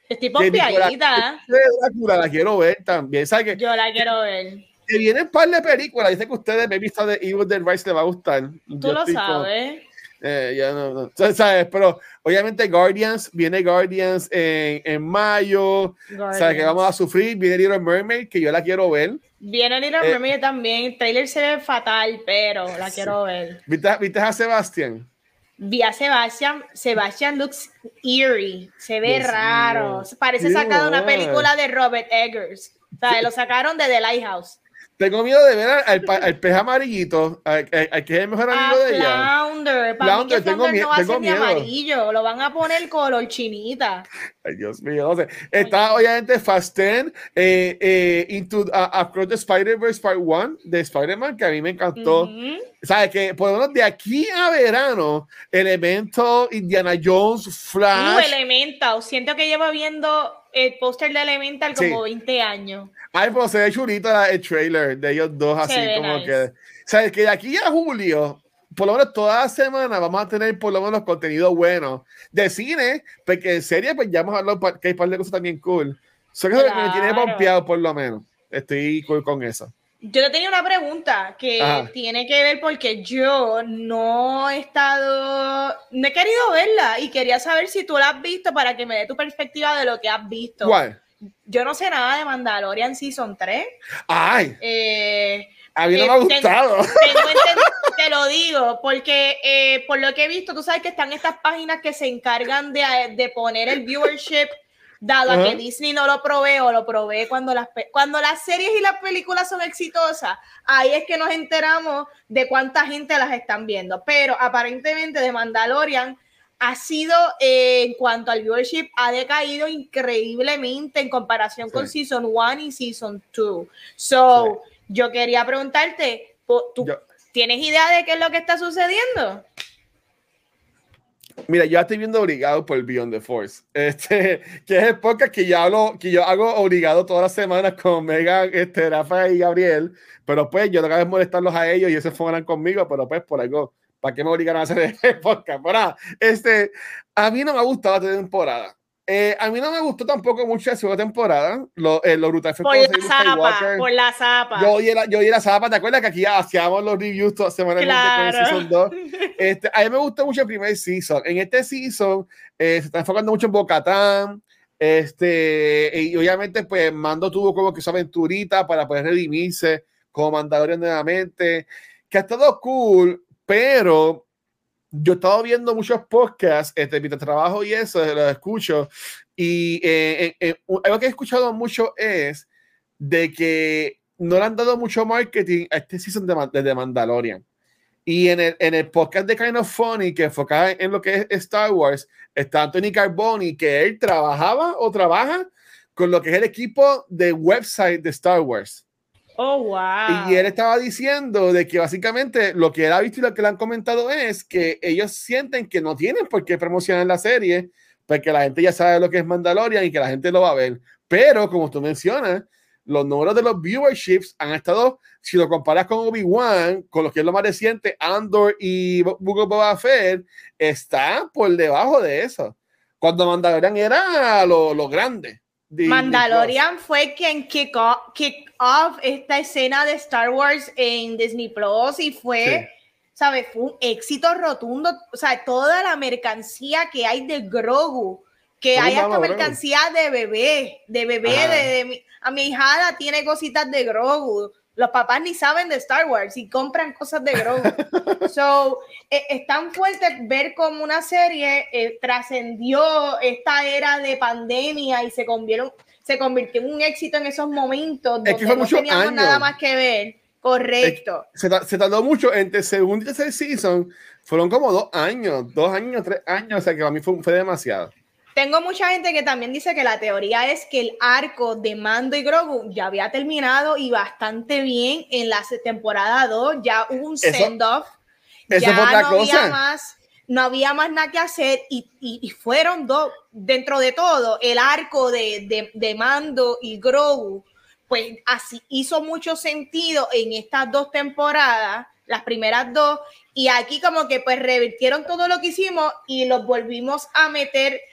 S1: Estoy pompeadita.
S2: Drácula la quiero ver también. ¿Sabes qué?
S1: Yo la quiero ver.
S2: Que vienen un par de películas. Dice que ustedes me visto de Evil Dead Rise le va a gustar.
S1: Tú Yo lo sabes.
S2: Como, eh, ya no, no. ¿Sabes? Pero obviamente Guardians, viene Guardians en, en mayo. Guardians. ¿Sabes que vamos a sufrir? Viene Little Mermaid, que yo la quiero ver.
S1: Viene Little eh, Mermaid también. El trailer se ve fatal, pero la sí. quiero ver.
S2: ¿Viste, ¿Viste a Sebastián?
S1: Vi a Sebastian, Sebastian looks eerie, se ve Dios raro, mío. Parece sacado de una película de Robert Eggers, o sea, sí. Lo sacaron de The Lighthouse.
S2: Tengo miedo de ver al, al, al pez amarillito, al, al, al que es el mejor amigo
S1: a
S2: de ella.
S1: Flounder, para Flounder, mí que Flounder no va a ser ni amarillo, lo van a poner color chinita.
S2: Ay, Dios mío, no sé. Está Ay. obviamente Fast ten, eh, eh, Into uh, Across the Spider-Verse Part uno de Spider-Man, que a mí me encantó. Uh-huh. ¿Sabes? Que por lo menos de aquí a verano, Elemental, Indiana Jones, Flash.
S1: Uh, Elemental, siento que llevo viendo el póster de Elemental como sí. veinte años.
S2: Ay, pues se ve chulito la, el trailer de ellos dos, así se como nice. que. ¿Sabes? Que de aquí a julio, por lo menos toda la semana, vamos a tener por lo menos contenido bueno de cine, porque en serie, pues ya hemos hablado que hay un par de cosas también cool. Eso claro. que me tiene pompeado, por lo menos. Estoy cool con eso.
S1: Yo te tenía una pregunta que Ajá. tiene que ver porque yo no he estado, no he querido verla y quería saber si tú la has visto para que me dé tu perspectiva de lo que has visto.
S2: ¿Cuál?
S1: Yo no sé nada de Mandalorian Season tres.
S2: ¡Ay!
S1: Eh,
S2: a mí no eh, me ha gustado.
S1: Ten, tengo entendido, te lo digo, porque eh, por lo que he visto, tú sabes que están estas páginas que se encargan de, de poner el viewership, dado uh-huh. a que Disney no lo provee o lo provee cuando las, cuando las series y las películas son exitosas, ahí es que nos enteramos de cuánta gente las están viendo. Pero aparentemente de Mandalorian ha sido, eh, en cuanto al viewership, ha decaído increíblemente en comparación sí. con Season uno y Season dos. So, sí. yo quería preguntarte, ¿tú yo. tienes idea de qué es lo que está sucediendo?
S2: Mira, yo estoy viendo obligado por Beyond the Force, este, que es el podcast que yo, hablo, que yo hago obligado todas las semanas con Megan, este, Rafa y Gabriel, pero pues yo no acabo de molestarlos a ellos y ellos se fueron conmigo, pero pues por algo, ¿para qué me obligaron a hacer el podcast? Pero nada, este, a mí no me ha gustado esta temporada. Eh, a mí no me gustó tampoco mucho la segunda temporada. Lo, eh, lo brutal fue
S1: por la zapa, por la zapa.
S2: Yo oí la, yo oí la zapa. ¿Te acuerdas que aquí hacíamos los reviews todas semanalmente claro. con el Season dos? Este, a mí me gustó mucho el primer season. En este season eh, se está enfocando mucho en Bo-Katan. Este, y obviamente pues Mando tuvo como que su aventurita para poder redimirse como Mandalorian nuevamente. Que ha estado cool, pero yo he estado viendo muchos podcasts este, mientras trabajo y eso, los escucho, y eh, eh, eh, algo que he escuchado mucho es de que no le han dado mucho marketing a este season de, de, de Mandalorian. Y en el, en el podcast de Kind of Funny, que enfocaba en lo que es Star Wars, está Anthony Carboni, que él trabajaba o trabaja con lo que es el equipo de website de Star Wars.
S1: Oh, wow.
S2: Y él estaba diciendo de que básicamente lo que él ha visto y lo que le han comentado es que ellos sienten que no tienen por qué promocionar la serie, porque la gente ya sabe lo que es Mandalorian y que la gente lo va a ver. Pero, como tú mencionas, los números de los viewerships han estado, si lo comparas con Obi-Wan, con lo que es lo más reciente, Andor y Book of Boba Fett, está por debajo de eso. Cuando Mandalorian era lo, lo grande.
S1: De, Mandalorian de fue quien kick off, kick off esta escena de Star Wars en Disney Plus y fue, sí. ¿sabes? Fue un éxito rotundo. O sea, toda la mercancía que hay de Grogu, que hay hasta mercancía de bebé, de bebé, de, de mi, a mi hijada tiene cositas de Grogu. Los papás ni saben de Star Wars y compran cosas de Grogu. So, eh, es tan fuerte ver cómo una serie eh, trascendió esta era de pandemia y se convirtió, se convirtió en un éxito en esos momentos donde
S2: es que
S1: no teníamos
S2: años.
S1: nada más que ver. Correcto.
S2: Es, se, se tardó mucho entre segundo y tercer season. Fueron como dos años, dos años, tres años. O sea que para mí fue, fue demasiado.
S1: Tengo mucha gente que también dice que la teoría es que el arco de Mando y Grogu ya había terminado y bastante bien en la temporada dos. Ya hubo un send-off. Ya no había cosa. más, no había más nada que hacer y, y, y fueron dos, dentro de todo, el arco de, de, de Mando y Grogu, pues así hizo mucho sentido en estas dos temporadas, las primeras dos, y aquí como que pues revirtieron todo lo que hicimos y los volvimos a meter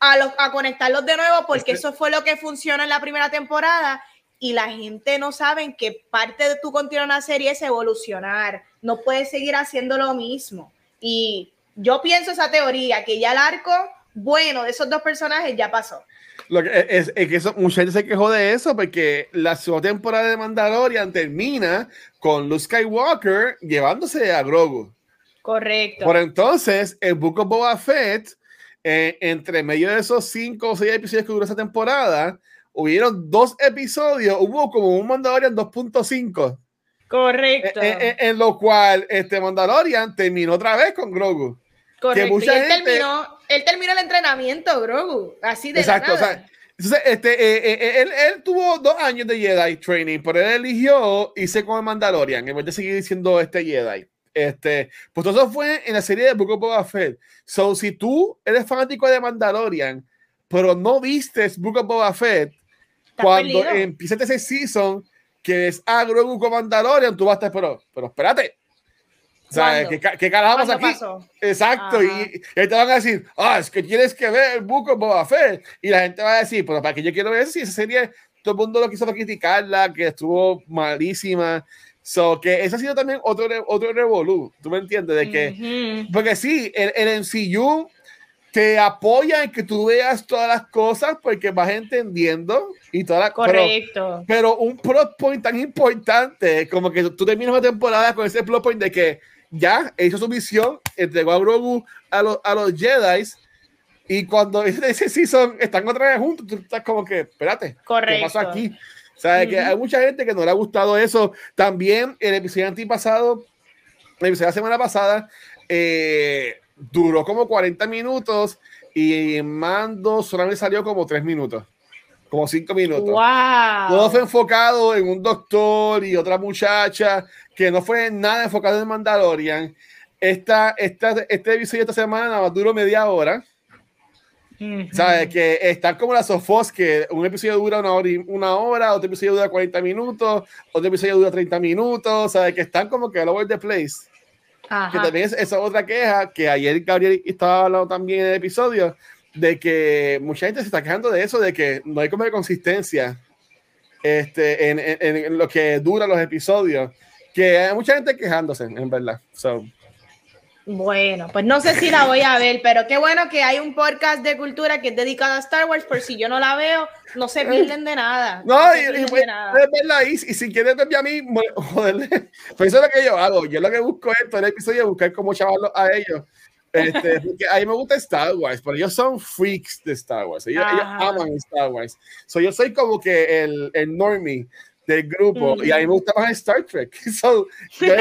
S1: a, los, a conectarlos de nuevo porque
S2: este...
S1: eso fue lo que funcionó en la primera temporada y la gente no sabe que parte de tu continuar una serie es evolucionar, no puedes seguir haciendo lo mismo. Y yo pienso esa teoría, que ya el arco bueno de esos dos personajes ya pasó.
S2: Lo que es, es que eso, mucha gente se quejó de eso porque la segunda temporada de Mandalorian termina con Luke Skywalker llevándose a Grogu.
S1: Correcto.
S2: Por entonces, el Book of Boba Fett, eh, entre medio de esos cinco o seis episodios que duró esa temporada, hubieron dos episodios, hubo como un Mandalorian dos punto cinco.
S1: Correcto.
S2: En, en, en lo cual este Mandalorian terminó otra vez con Grogu.
S1: Correcto.
S2: Que mucha
S1: y él,
S2: gente...
S1: terminó, él terminó el entrenamiento, Grogu, así de
S2: Exacto,
S1: la nada.
S2: O sea, entonces, este, eh, eh, él, él tuvo dos años de Jedi training, pero él eligió irse con el Mandalorian en vez de seguir siendo este Jedi. Este, pues todo eso fue en la serie de Book of Boba Fett. So, si tú eres fanático de Mandalorian, pero no viste Book of Boba Fett, cuando empieza ese season, que es a Grogu con Mandalorian, tú vas a estar, pero, pero espérate. O sea, ¿qué, qué carajo pasa aquí?
S1: Pasó?
S2: Exacto, y, y te van a decir, ah, es que tienes que ver el Book of Boba Fett. Y la gente va a decir, pero para que yo quiero ver eso, si esa serie, todo el mundo lo quiso para criticarla, que estuvo malísima. So, que eso ha sido también otro, otro revolú, ¿tú me entiendes? De que, uh-huh. Porque sí, el, el M C U te apoya en que tú veas todas las cosas porque vas entendiendo y toda la,
S1: correcto.
S2: Pero, pero un plot point tan importante como que tú terminas una temporada con ese plot point de que ya hizo su misión, entregó a Grogu a, lo, a los Jedi y cuando ese season están otra vez juntos, tú estás como que, espérate,
S1: correcto.
S2: ¿qué pasó aquí? O sea, uh-huh. que hay mucha gente que no le ha gustado eso. También el episodio antipasado, el episodio de la semana pasada, eh, duró como cuarenta minutos y Mando solamente salió como tres minutos, como cinco minutos.
S1: Wow.
S2: Todo fue enfocado en un doctor y otra muchacha, que no fue nada enfocado en Mandalorian. Esta, esta, este episodio esta semana duró media hora. Uh-huh. ¿Sabes? Que están como las sofos, que un episodio dura una hora, y, una hora, otro episodio dura cuarenta minutos, otro episodio dura treinta minutos, ¿sabes? Que están como que all over the place. Ajá. Que también es esa otra queja que ayer Gabriel estaba hablando también en el episodio, de que mucha gente se está quejando de eso, de que no hay como de consistencia este, en, en, en lo que dura los episodios, que hay mucha gente quejándose, en verdad. So,
S1: bueno, pues no sé si la voy a ver, pero qué bueno que hay un podcast de cultura que es dedicado a Star Wars, por si yo no la veo, no se pierden de nada.
S2: No, no y, y, de nada. Verla ahí, y si quieres verme a mí, joder, pues eso es lo que yo hago. Yo lo que busco es todo el episodio, buscar cómo chavarlo a ellos. Este, porque a mí me gusta Star Wars, pero ellos son freaks de Star Wars. Ellos, ellos aman Star Wars. So, yo soy como que el, el normie del grupo, mm. y a mí me gusta más Star Trek. So, yo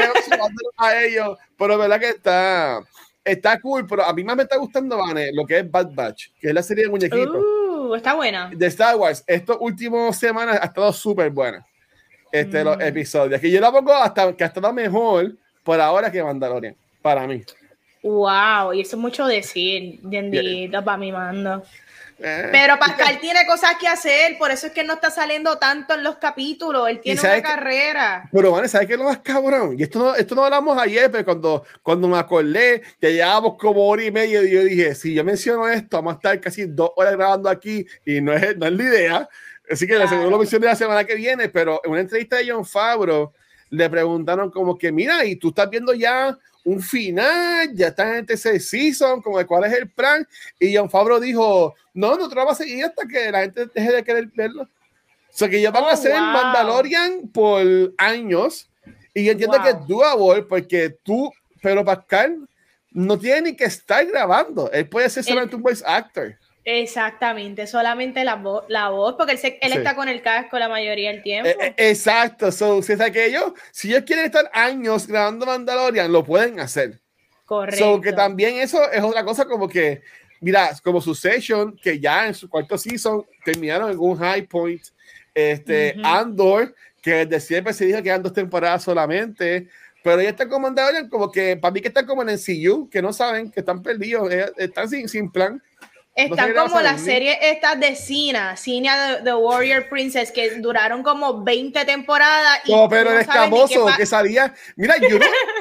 S2: a ellos, pero verdad que está, está cool, pero a mí más me está gustando, Vane, lo que es Bad Batch, que es la serie de muñequitos.
S1: Uh, está buena.
S2: De Star Wars. Estos últimos semanas ha estado súper buena. Este, mm. Los episodios. Que yo la pongo hasta que ha estado mejor por ahora que Mandalorian, para mí.
S1: Wow, y eso es mucho decir, bendito para mi mando. Eh, Pero Pascal tiene cosas que hacer, por eso es que no está saliendo tanto en los capítulos. Él tiene una carrera.
S2: Que, pero bueno, ¿sabes qué es lo más cabrón? Y esto no, esto no hablamos ayer, pero cuando, cuando me acordé que llevábamos como hora y media, y yo dije, si yo menciono esto, vamos a estar casi dos horas grabando aquí, y no es, no es la idea. Así que claro. Seguro lo mencioné la semana que viene, pero en una entrevista de Jon Favreau le preguntaron como que, mira, y tú estás viendo ya un final, ya está en el tercer season, como de cuál es el plan, y Jon Favreau dijo, no, no te lo vas a seguir hasta que la gente deje de querer verlo. O sea, que ya van oh, a hacer wow. Mandalorian por años, y yo entiendo wow. que es doable, porque tú, pero Pascal no tiene ni que estar grabando, él puede ser solamente un voice actor.
S1: Exactamente, solamente la, vo la voz, porque él, se, él sí. está con el casco la mayoría del tiempo.
S2: Eh, exacto, so, si es aquello, si ellos quieren estar años grabando Mandalorian, lo pueden hacer.
S1: Correcto.
S2: So, que también eso es otra cosa como que, mira, como Succession, que ya en su cuarto season terminaron en un high point, este, uh-huh. Andor, que desde siempre se dijo que eran dos temporadas solamente, pero ya están con Mandalorian como que, para mí que están como en el C U, que no saben, que están perdidos, están sin, sin plan.
S1: Están no como las series estas de Cina, Cina the, the Warrior Princess, que duraron como veinte temporadas. Y
S2: no, pero el escamoso que salía. Mira, yo no,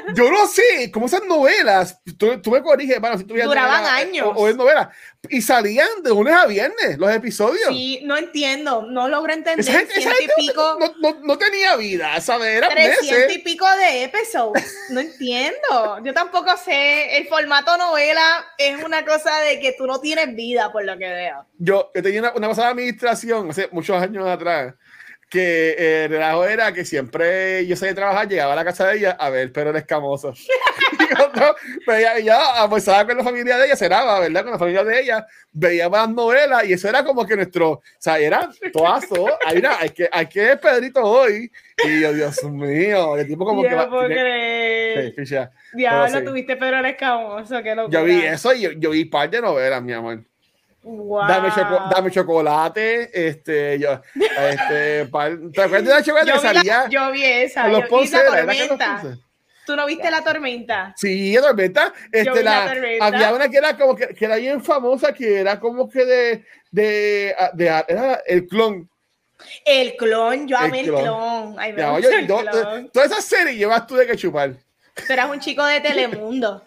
S2: yo no sé, como esas novelas, tú, tú me corriges, hermano, si tú
S1: duraban novela, años.
S2: O, o es novela, y salían de lunes a viernes los episodios.
S1: Sí, no entiendo, no logro entender.
S2: Esa gente, esa gente pico, no, no, no tenía vida, ¿sabes? Eran
S1: trescientos
S2: meses.
S1: y pico de episodios, no entiendo. Yo tampoco sé, el formato novela es una cosa de que tú no tienes vida, por lo que veo.
S2: Yo, yo tenía una, una pasada administración hace muchos años atrás, que eh, el relajo era que siempre yo salía de trabajar, llegaba a la casa de ella a ver Pero el Escamoso. y otro, veía, y ya almorzaba con la familia de ella, cenaba, ¿verdad? Con la familia de ella, veía más novelas y eso era como que nuestro, o sea, era toazo. Hay, una, hay, que, hay que ver Pedrito hoy. Y yo, Dios mío, el tipo como
S1: yo
S2: que va.
S1: Puedo creer.
S2: Sí, ficha,
S1: Diablo, sí. Tuviste Pero el Escamoso, qué locura.
S2: Yo vi eso y yo, yo vi un par de novelas, mi amor.
S1: Wow.
S2: Dame, choco, dame chocolate, este, yo, este, par, ¿te acuerdas de la chocolate que salía?
S1: La, yo vi esa,
S2: los
S1: yo
S2: Ponce,
S1: vi La Tormenta. ¿Tú no viste
S2: wow.
S1: La Tormenta?
S2: Sí, La Tormenta. Este, la, la tormenta. Había una que era como que, que era bien famosa, que era como que de, de, de, de era el clon.
S1: El clon, yo amé el clon. clon. Ay, me
S2: ya, yo, el yo, clon. Toda esa serie llevas tú de que chupar.
S1: Tú eras un chico de Telemundo.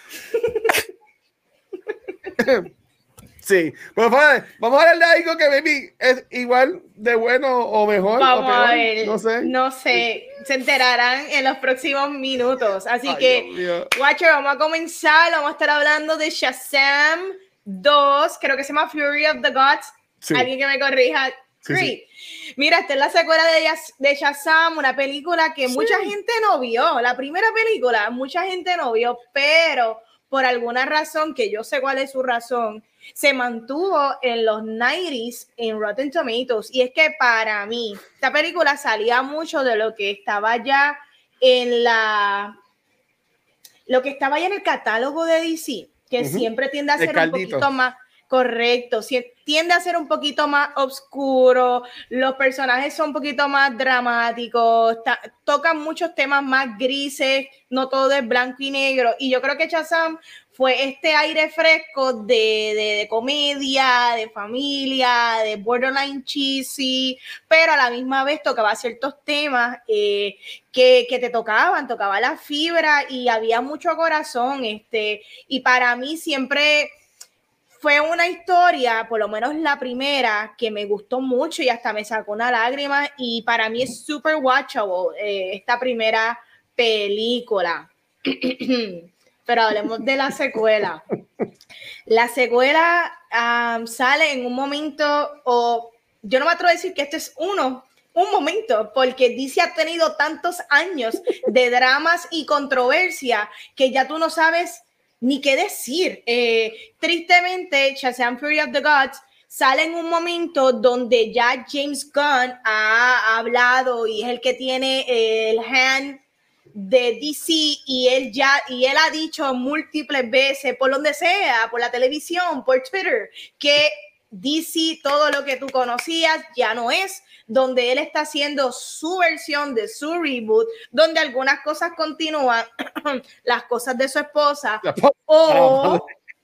S2: Sí, pues vamos a darle algo que baby es igual de bueno o mejor
S1: vamos
S2: o peor,
S1: a ver,
S2: no sé.
S1: No sé, se enterarán en los próximos minutos. Así
S2: Ay,
S1: que, Watcher, vamos a comenzar. Vamos a estar hablando de Shazam dos, creo que se llama Fury of the Gods. Sí. Alguien que me corrija. Sí, sí. Mira, esta es la secuela de, de Shazam, una película que sí. mucha gente no vio. La primera película, mucha gente no vio, pero por alguna razón, que yo sé cuál es su razón, se mantuvo en los noventa en Rotten Tomatoes. Y es que para mí, esta película salía mucho de lo que estaba ya en la... Lo que estaba ya en el catálogo de D C, que uh-huh. siempre tiende a ser un poquito más... Correcto, tiende a ser un poquito más oscuro, los personajes son un poquito más dramáticos, tocan muchos temas más grises, no todo es blanco y negro, y yo creo que Shazam fue este aire fresco de, de, de comedia, de familia, de borderline cheesy, pero a la misma vez tocaba ciertos temas eh, que, que te tocaban, tocaba la fibra y había mucho corazón, este, y para mí siempre... Fue una historia, por lo menos la primera, que me gustó mucho y hasta me sacó una lágrima y para mí es super watchable eh, esta primera película. Pero hablemos de la secuela. La secuela um, sale en un momento, o yo no me atrevo a decir que este es uno, un momento, porque D C ha tenido tantos años de dramas y controversia que ya tú no sabes ni qué decir. Eh, tristemente, Shazam Fury of the Gods sale en un momento donde ya James Gunn ha hablado y es el que tiene el hand de D C y él ya y él ha dicho múltiples veces por donde sea, por la televisión, por Twitter, que D C, todo lo que tú conocías ya no es, donde él está haciendo su versión de su reboot, donde algunas cosas continúan, las cosas de su esposa, o,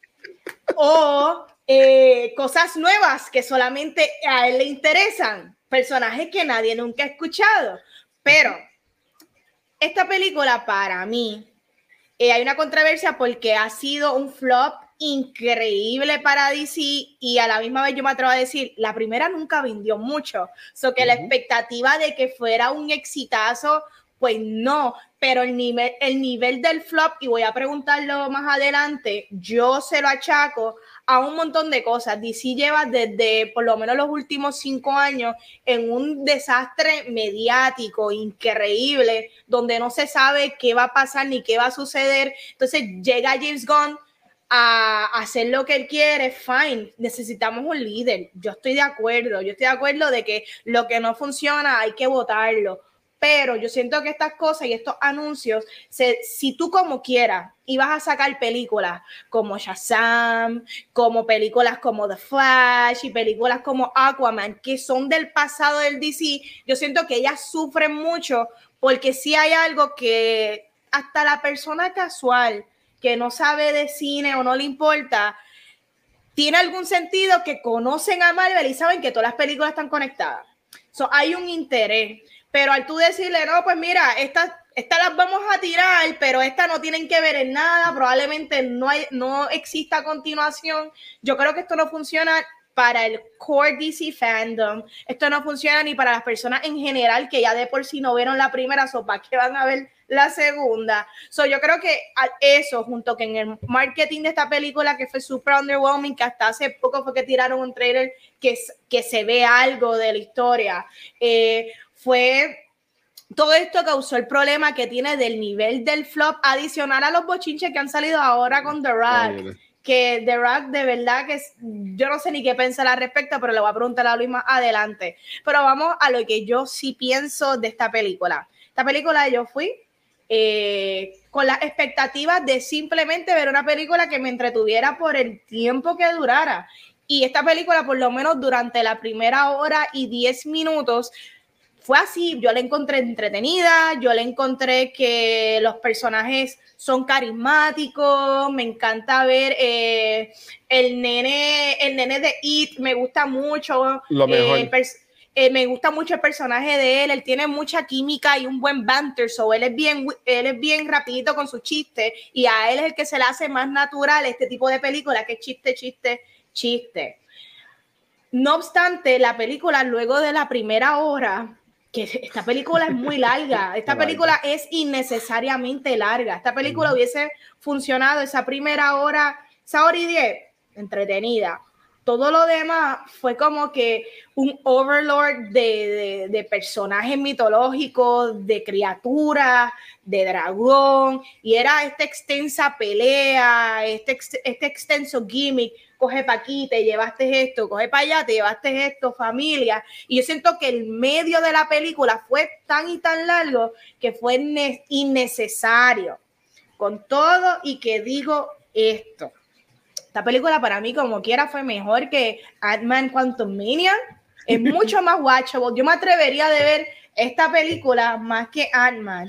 S1: o eh, cosas nuevas que solamente a él le interesan, personajes que nadie nunca ha escuchado. Pero esta película para mí, eh, hay una controversia porque ha sido un flop increíble para D C y a la misma vez yo me atrevo a decir, la primera nunca vendió mucho, so que uh-huh. la expectativa de que fuera un exitazo, pues no, pero el nivel, el nivel del flop, y voy a preguntarlo más adelante, yo se lo achaco a un montón de cosas. D C lleva desde por lo menos los últimos cinco años en un desastre mediático increíble, donde no se sabe qué va a pasar ni qué va a suceder. Entonces llega James Gunn a hacer lo que él quiere, fine, necesitamos un líder. Yo estoy de acuerdo, yo estoy de acuerdo de que lo que no funciona hay que votarlo. Pero yo siento que estas cosas y estos anuncios, se, si tú como quieras ibas a sacar películas como Shazam, como películas como The Flash y películas como Aquaman, que son del pasado del D C, yo siento que ellas sufren mucho porque sí hay algo que hasta la persona casual que no sabe de cine o no le importa, tiene algún sentido que conocen a Marvel y saben que todas las películas están conectadas. So, hay un interés. Pero al tú decirle, no, pues mira, esta, estas las vamos a tirar, pero estas no tienen que ver en nada, probablemente no, hay, no exista continuación. Yo creo que esto no funciona para el core D C fandom, esto no funciona ni para las personas en general que ya de por sí no vieron la primera, sopa que van a ver la segunda. So, yo creo que eso, junto con el marketing de esta película que fue super underwhelming, que hasta hace poco fue que tiraron un trailer que, que se ve algo de la historia, eh, fue... Todo esto causó el problema que tiene del nivel del flop adicional a los bochinches que han salido ahora con The Rock. Que The Rock, de verdad que yo no sé ni qué pensar al respecto, pero le voy a preguntar a Luis más adelante. Pero vamos a lo que yo sí pienso de esta película. Esta película yo fui eh, con las expectativas de simplemente ver una película que me entretuviera por el tiempo que durara. Y esta película, por lo menos durante la primera hora y diez minutos, fue así. Yo la encontré entretenida, yo la encontré que los personajes son carismáticos, me encanta ver eh, el nene, el nene de It, me gusta mucho.
S2: Lo mejor.
S1: Eh, eh, me gusta mucho el personaje de él, él tiene mucha química y un buen banter, so él es bien, él es bien rapidito con sus chistes y a él es el que se le hace más natural este tipo de película, que es chiste, chiste, chiste. No obstante, la película luego de la primera hora, que esta película es muy larga, esta película es innecesariamente larga, esta película hubiese funcionado esa primera hora, esa hora y diez, entretenida. Todo lo demás fue como que un overlord de, de, de personajes mitológicos, de criaturas, de dragón, y era esta extensa pelea, este, este extenso gimmick. Coge pa' aquí, te llevaste esto, coge para allá, te llevaste esto, familia. Y yo siento que el medio de la película fue tan y tan largo que fue innecesario. Con todo y que digo esto, esta película para mí como quiera fue mejor que Ant-Man Quantumania. Es mucho más watchable. Yo me atrevería a ver esta película más que Ant-Man.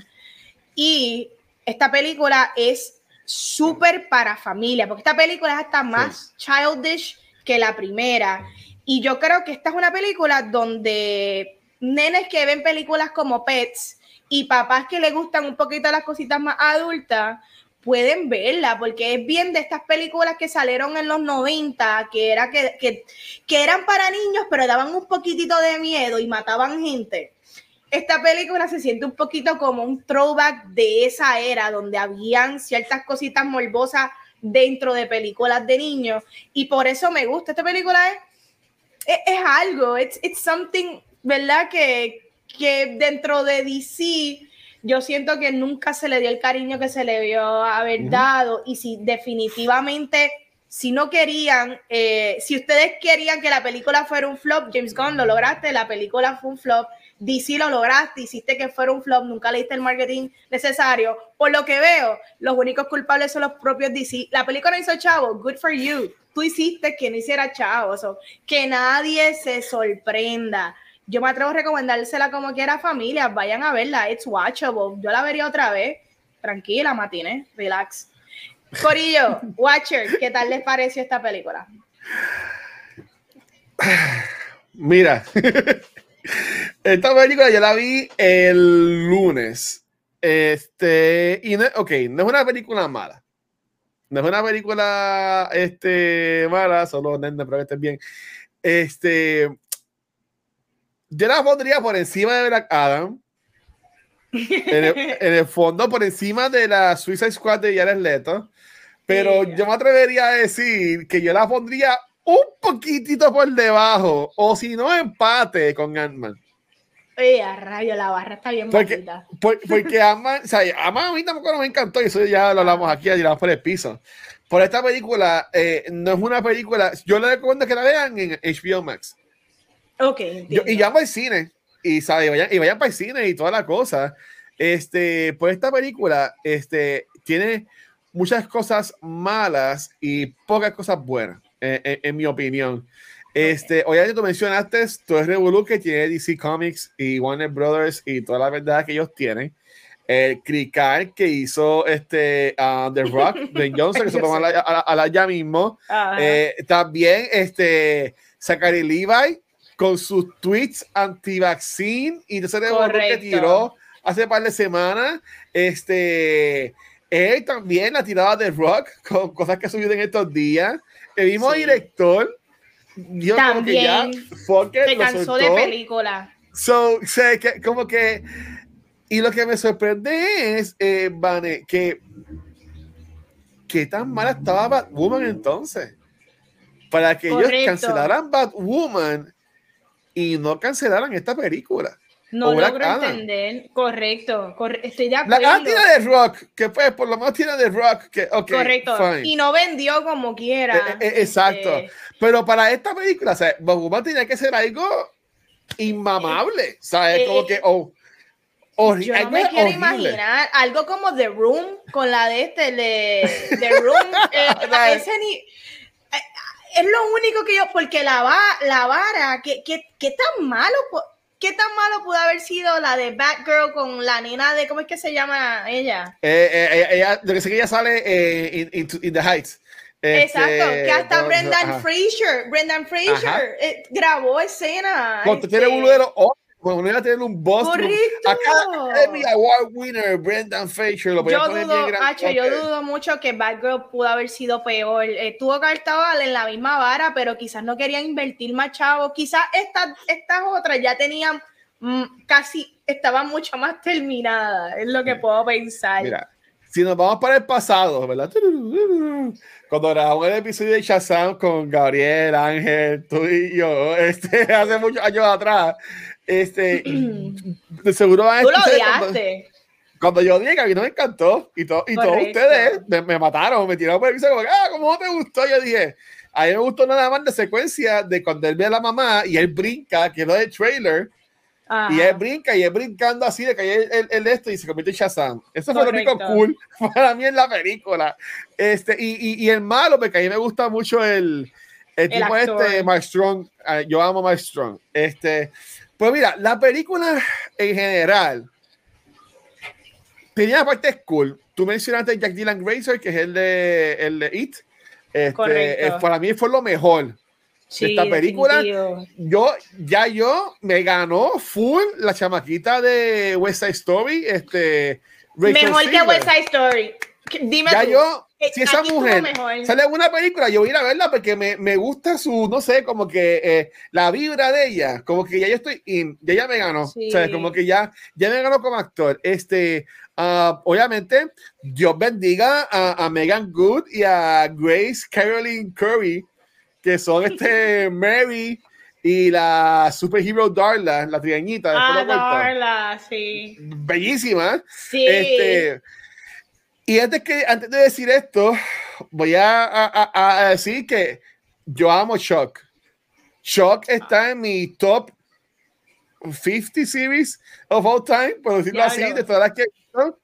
S1: Y esta película es súper para familia, porque esta película es hasta más sí. childish que la primera. Y yo creo que esta es una película donde nenes que ven películas como Pets y papás que les gustan un poquito las cositas más adultas pueden verla, porque es bien de estas películas que salieron en los noventa, que, era que, que, que eran para niños, pero daban un poquitito de miedo y mataban gente. Esta película se siente un poquito como un throwback de esa era, donde habían ciertas cositas morbosas dentro de películas de niños, y por eso me gusta. Esta película es, es, es algo, it's, it's something, ¿verdad? Que, que dentro de D C yo siento que nunca se le dio el cariño que se le debió haber uh-huh. dado, y si definitivamente, si no querían, eh, si ustedes querían que la película fuera un flop, James Gunn, lo lograste, la película fue un flop. D C lo lograste, hiciste que fuera un flop, nunca le diste el marketing necesario. Por lo que veo, los únicos culpables son los propios D C. La película no hizo chavo, good for you. Tú hiciste que no hiciera chavo, so, que nadie se sorprenda. Yo me atrevo a recomendársela como quiera, familia, vayan a verla, it's watchable. Yo la vería otra vez, tranquila, matines, relax. Corillo, Watcher, ¿qué tal les pareció esta película?
S2: Mira, esta película yo la vi el lunes. Este, y no, ok, no es una película mala. No es una película este, mala, solo nene, pero que estés bien. Este, yo la pondría por encima de Black Adam. En el, en el fondo, por encima de la Suicide Squad de Jared Leto. Pero sí, yo me atrevería a decir que yo la pondría un poquitito por debajo, o si no, empate con Ant-Man.
S1: Oye, a rayo, la barra está bien bonita.
S2: Porque, porque Ant-Man, o sea, Ant-Man a mí tampoco me encantó, y eso ya lo hablamos aquí, ya tiramos por el piso. Por esta película, eh, no es una película, yo les recomiendo que la vean en H B O Max.
S1: Ok,
S2: yo, y ya para el cine, y, ¿sabe? y, vayan, y vayan para el cine y toda la cosa. Este, por esta película, este, tiene muchas cosas malas y pocas cosas buenas, en, en, en mi opinión. Este, okay. Oye, tú mencionaste todo el revolú que tiene D C Comics y Warner Brothers y toda la verdad que ellos tienen. El cricar que hizo este, uh, The Rock, Dwayne Johnson, que se toma a la, a, a la ya mismo. Uh-huh. Eh, también este, Zachary Levi con sus tweets anti-vaccine y entonces el revolú que tiró hace un par de semanas. Este, él también la tiraba de Rock con cosas que subió en estos días. El mismo sí. director. Yo
S1: también
S2: como que ya,
S1: se cansó de película.
S2: So, sé que como que y lo que me sorprende es, eh, Vane, que qué tan mala estaba Batwoman entonces. Para que Correcto. ellos cancelaran Batwoman y no cancelaran esta película.
S1: No logro entender. Correcto. Corre Estoy de acuerdo.
S2: La tiene de Rock, que pues por lo menos tiene de Rock. Que, okay,
S1: Correcto.
S2: Fine.
S1: Y no vendió como quiera.
S2: Eh, eh, exacto. Eh. Pero para esta película, o sea, Batwoman tenía que ser algo inmamable. ¿Sabes? Eh, como eh, que... Oh,
S1: Yo no me quiero horrible. imaginar algo como The Room con la de este, de The Room. eh, ese ni, eh, es lo único que yo, porque la, va, la vara, ¿qué, qué, qué tan malo, qué tan malo pudo haber sido la de Batgirl con la nena de, ¿cómo es que se llama ella?
S2: Eh, eh, ella, lo que sé que ella sale eh, in, in, in the Heights.
S1: Exacto, este, que hasta no, Brendan ajá. Fraser, Brendan Fraser eh, grabó escena.
S2: Cuando este, tiene uno de los Bueno, no iba a tener un boss. Acá Emmy Award winner Brendan Fraser lo
S1: yo dudo, Hacho, yo dudo mucho que Batgirl pudo haber sido peor. Eh, tuvo que haber estado en la misma vara, pero quizás no querían invertir más chavos. Quizás estas estas otras ya tenían mm, casi, estaban mucho más terminadas. Es lo que puedo pensar.
S2: Mira, si nos vamos para el pasado, ¿verdad? Cuando grabamos el episodio de Shazam con Gabriel, Ángel, tú y yo, este, hace muchos años atrás. Este, de seguro van a
S1: Tú lo odiaste.
S2: Cuando, cuando yo dije que a mí no me encantó y, to, y todos ustedes me, me mataron, me tiraron por el piso como, ah, ¿cómo no te gustó? Yo dije, a mí me gustó nada más la secuencia de cuando él ve a la mamá y él brinca, que es lo del trailer, Ajá. y él brinca y él brincando así de que el, el, el esto y se convierte en Shazam. Eso fue Correcto. Lo único cool para mí en la película. Este, y, y, y el malo, porque a mí me gusta mucho el, el, el tipo actor. este, Mark Strong. Yo amo Mark Strong. Este, pues mira, la película en general tenía partes cool. Tú mencionaste Jack Dylan Grazer, que es el de, el de It. Este, eh, para mí fue lo mejor
S1: sí,
S2: de esta película.
S1: Definitivo.
S2: Yo, ya yo me ganó full la chamaquita de West Side Story. Este,
S1: Rachel mejor Silver. Que West Side Story. Dime
S2: ya
S1: tú.
S2: yo, si esa mujer sale en una película, yo voy a ir a verla porque me, me gusta su, no sé, como que eh, la vibra de ella, como que ya yo estoy in, ya ella me ganó, sí. O sea, como que ya, ya me ganó como actor. Este, uh, obviamente, Dios bendiga a, a Megan Good y a Grace Caroline Curry, que son este Mary y la superhero Darla, la trigueñita.
S1: Ah, Darla, sí.
S2: Bellísima.
S1: Sí.
S2: Este, y antes, que, antes de decir esto, voy a, a, a decir que yo amo Shock. Shock está en mi top cincuenta series of all time, por decirlo ya así, no. de todas las que he visto.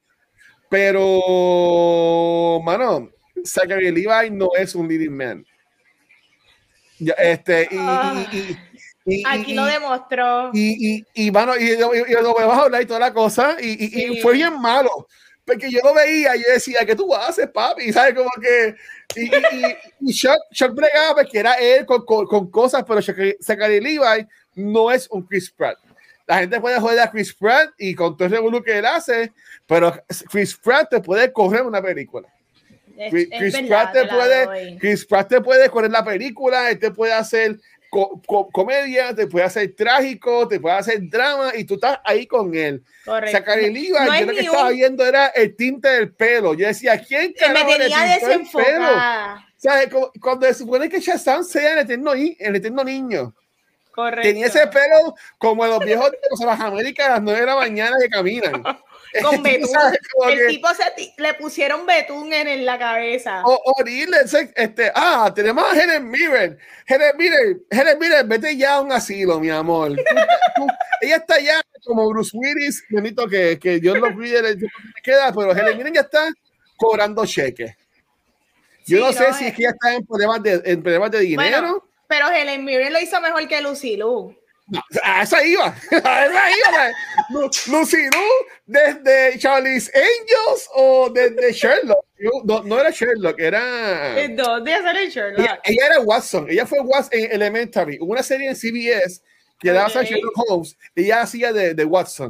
S2: Pero, mano, Zachary Levi no es un leading man. Este, y,
S1: oh,
S2: y, y, y
S1: aquí
S2: y,
S1: lo demostró.
S2: Y, y, y, mano, y, y, y lo vamos a hablar y toda la cosa. Y, y, sí. y fue bien malo. Porque yo lo veía y yo decía, ¿qué tú haces, papi? ¿Sabes? Como que... Y, y, y, y Shock, Shock bregaba porque era él con, con, con cosas, pero Zachary Levi no es un Chris Pratt. La gente puede joder a Chris Pratt y con todo el revolú que él hace, pero Chris Pratt te puede correr una película.
S1: Es,
S2: Chris,
S1: es
S2: Chris,
S1: verdad,
S2: Pratt te puede, Chris Pratt te puede correr la película, él te puede hacer co co comedia, te puede hacer trágico, te puede hacer drama y tú estás ahí con él. Zachary Levi, no yo lo que un... estaba viendo era el tinte del pelo. Yo decía, ¿quién carajo
S1: me tenía desenfocada?
S2: O sea, cuando se supone que Shazam sea el eterno, el eterno niño.
S1: Correcto.
S2: Tenía ese pelo como los viejos de las Américas a las nueve de la mañana que caminan.
S1: Con betún. El que, tipo se le pusieron betún en, en la cabeza.
S2: O horrible. Este, ah, tenemos a Helen Mirren. Helen Mirren, Helen Mirren, vete ya a un asilo, mi amor. Tú, tú, ella está ya como Bruce Willis, bonito que, que Dios lo cuide, le queda, pero Helen Mirren ya está cobrando cheques. Yo sí, no, no sé es... si es que ella está en problemas de, en problemas de dinero.
S1: Bueno, pero Helen Mirren lo hizo mejor que Lucy Liu.
S2: No, a esa iba, a esa iba. Lucy Liu desde Charlie's Angels o desde Sherlock. No, no era Sherlock, era.
S1: ¿Dónde sale Sherlock?
S2: Ella, ella era Watson. Ella fue Watson en Elementary, una serie en C B S que okay. daba a Sherlock Holmes. Ella hacía de, de Watson.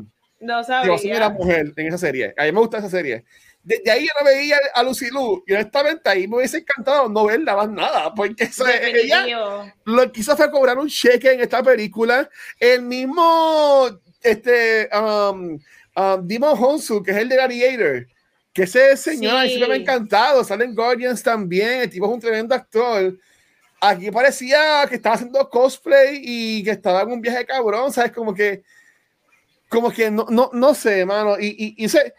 S1: No sabía.
S2: Yo soy una mujer en esa serie. A mí me gusta esa serie. Desde ahí yo no veía a Lucy Liu y honestamente ahí me hubiese encantado no verla más nada, porque eso, ella lo que hizo fue cobrar un cheque en esta película. El mismo este, um, um, Demon Honsu, que es el de Gladiator, que ese señor sí. siempre me ha encantado, sale en Guardians también, el tipo es un tremendo actor. Aquí parecía que estaba haciendo cosplay y que estaba en un viaje cabrón, ¿sabes? Como que como que no, no, no sé, mano, y, y, y se,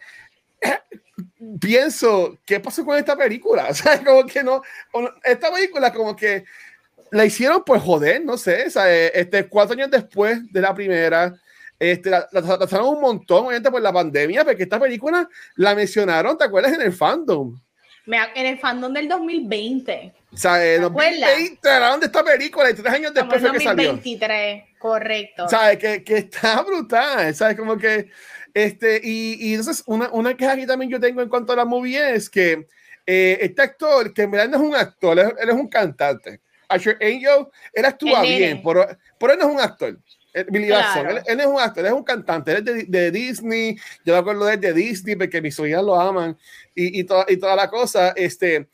S2: pienso, ¿qué pasó con esta película? O sea, como que no, esta película como que la hicieron pues joder, no sé, o sea, este, cuatro años después de la primera, este, la, la trataron un montón, obviamente por la pandemia, porque esta película la mencionaron, ¿te acuerdas? En el fandom.
S1: En el fandom del dos mil veinte.
S2: O sea, en dos mil veinte hablaron de esta película y tres años después fue que salió.
S1: dos mil veintitrés, correcto.
S2: ¿Sabes? Que, que está brutal, ¿sabes? Como que, este, y, y entonces una, una queja que también yo tengo en cuanto a la movie es que eh, este actor, que en verdad no es un actor, él, él es un cantante. Asher Angel, él actúa bien, pero, pero él no es un actor. Billy Batson, él, él no es un actor, él es un cantante, él es de, de Disney, yo me acuerdo de, de Disney porque mis sobrinas lo aman y, y, toda, y toda la cosa, este...